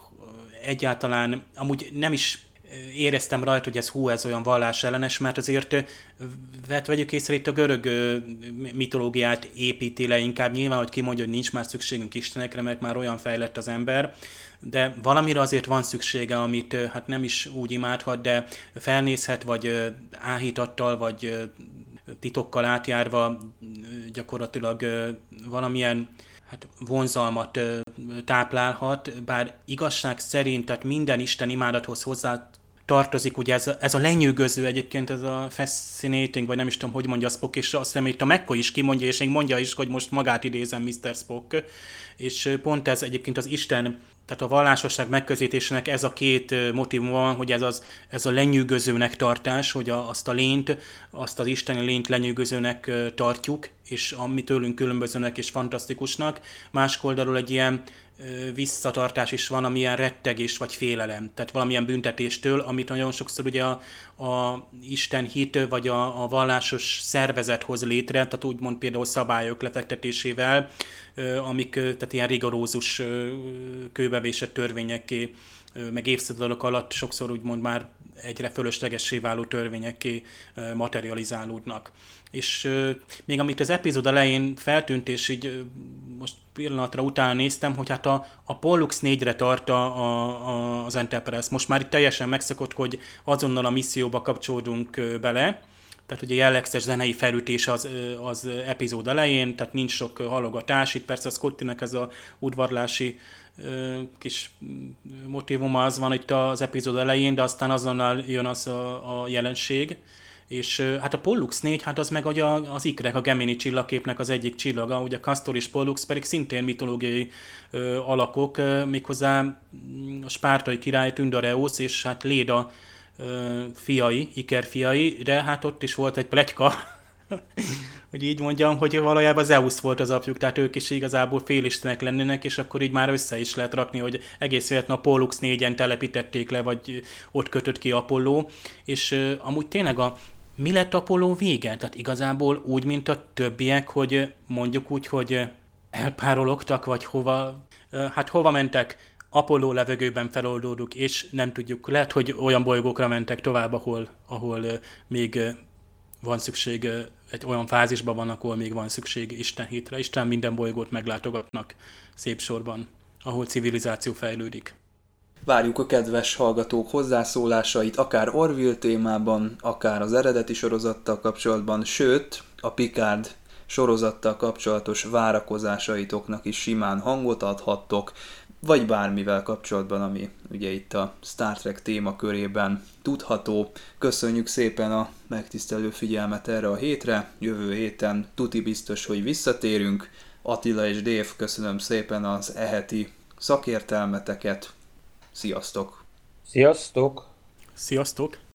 egyáltalán amúgy nem is éreztem rajta, hogy ez olyan vallásellenes, mert azért vegyük észre, itt a görög mitológiát építi le inkább, nyilván, hogy kimondja, hogy nincs már szükségünk istenekre, mert már olyan fejlett az ember, de valamire azért van szüksége, amit hát nem is úgy imádhat, de felnézhet, vagy áhítattal, vagy titokkal átjárva gyakorlatilag valamilyen vonzalmat táplálhat, bár igazság szerint, tehát minden Isten imádathoz hozzá tartozik, ugye ez a lenyűgöző egyébként, ez a fascinating, vagy nem is tudom, hogy mondja a Spock, és azt hiszem, itt a McCoy is kimondja, és még mondja is, hogy most magát idézem, Mr. Spock, és pont ez egyébként az Isten, tehát a vallásosság megközelítésének ez a két motívum van, hogy ez a lenyűgözőnek tartás, hogy azt a lényt, azt az isteni lényt lenyűgözőnek tartjuk, és ami tőlünk különbözőnek és fantasztikusnak. Más oldalról egy ilyen visszatartás is van, amilyen rettegés vagy félelem, tehát valamilyen büntetéstől, amit nagyon sokszor ugye a Isten hit vagy a vallásos szervezet hoz létre, tehát úgymond például szabályok lefektetésével, amik tehát ilyen rigorózus kőbevésett törvényekké, meg évszázadok alatt sokszor úgymond már egyre fölöslegessé váló törvényekké materializálódnak. És még amit az epizód elején feltűnt, és így most pillanatra utána néztem, hogy hát a Pollux 4-re tart az Enterprise. Most már itt teljesen megszokott, hogy azonnal a misszióba kapcsolódunk bele, tehát ugye jellegzetes zenei felütés az epizód elején, tehát nincs sok halogatás, itt persze a Scottynek ez a udvarlási kis motívuma az van itt az epizód elején, de aztán azonnal jön az a jelenség. És hát a Pollux 4, hát az meg az ikrek, a Gemini csillagképnek az egyik csillaga, ugye Castor és Pollux pedig szintén mitológiai alakok, méghozzá a spártai király Tyndareus és hát Léda fiai, Iker fiai, de hát ott is volt egy pletyka, hogy így mondjam, hogy valójában Zeus volt az apjuk, tehát ők is igazából félistenek lennének, és akkor így már össze is lehet rakni, hogy egész véletlenül a Pollux 4-en telepítették le, vagy ott kötött ki Apolló, és amúgy tényleg mi lett Apolló vége? Tehát igazából úgy, mint a többiek, hogy mondjuk úgy, hogy elpárologtak, vagy hova mentek, Apolló levegőben feloldódunk, és nem tudjuk, lehet, hogy olyan bolygókra mentek tovább, ahol még van szükség, egy olyan fázisban van, ahol még van szükség Isten hitre. Isten minden bolygót meglátogatnak szép sorban, ahol civilizáció fejlődik. Várjuk a kedves hallgatók hozzászólásait, akár Orville témában, akár az eredeti sorozattal kapcsolatban, sőt, a Picard sorozattal kapcsolatos várakozásaitoknak is simán hangot adhattok, vagy bármivel kapcsolatban, ami ugye itt a Star Trek témakörében tudható. Köszönjük szépen a megtisztelő figyelmet erre a hétre, jövő héten tuti biztos, hogy visszatérünk. Attila és Dave, köszönöm szépen az eheti szakértelmeteket. Sziasztok! Sziasztok! Sziasztok!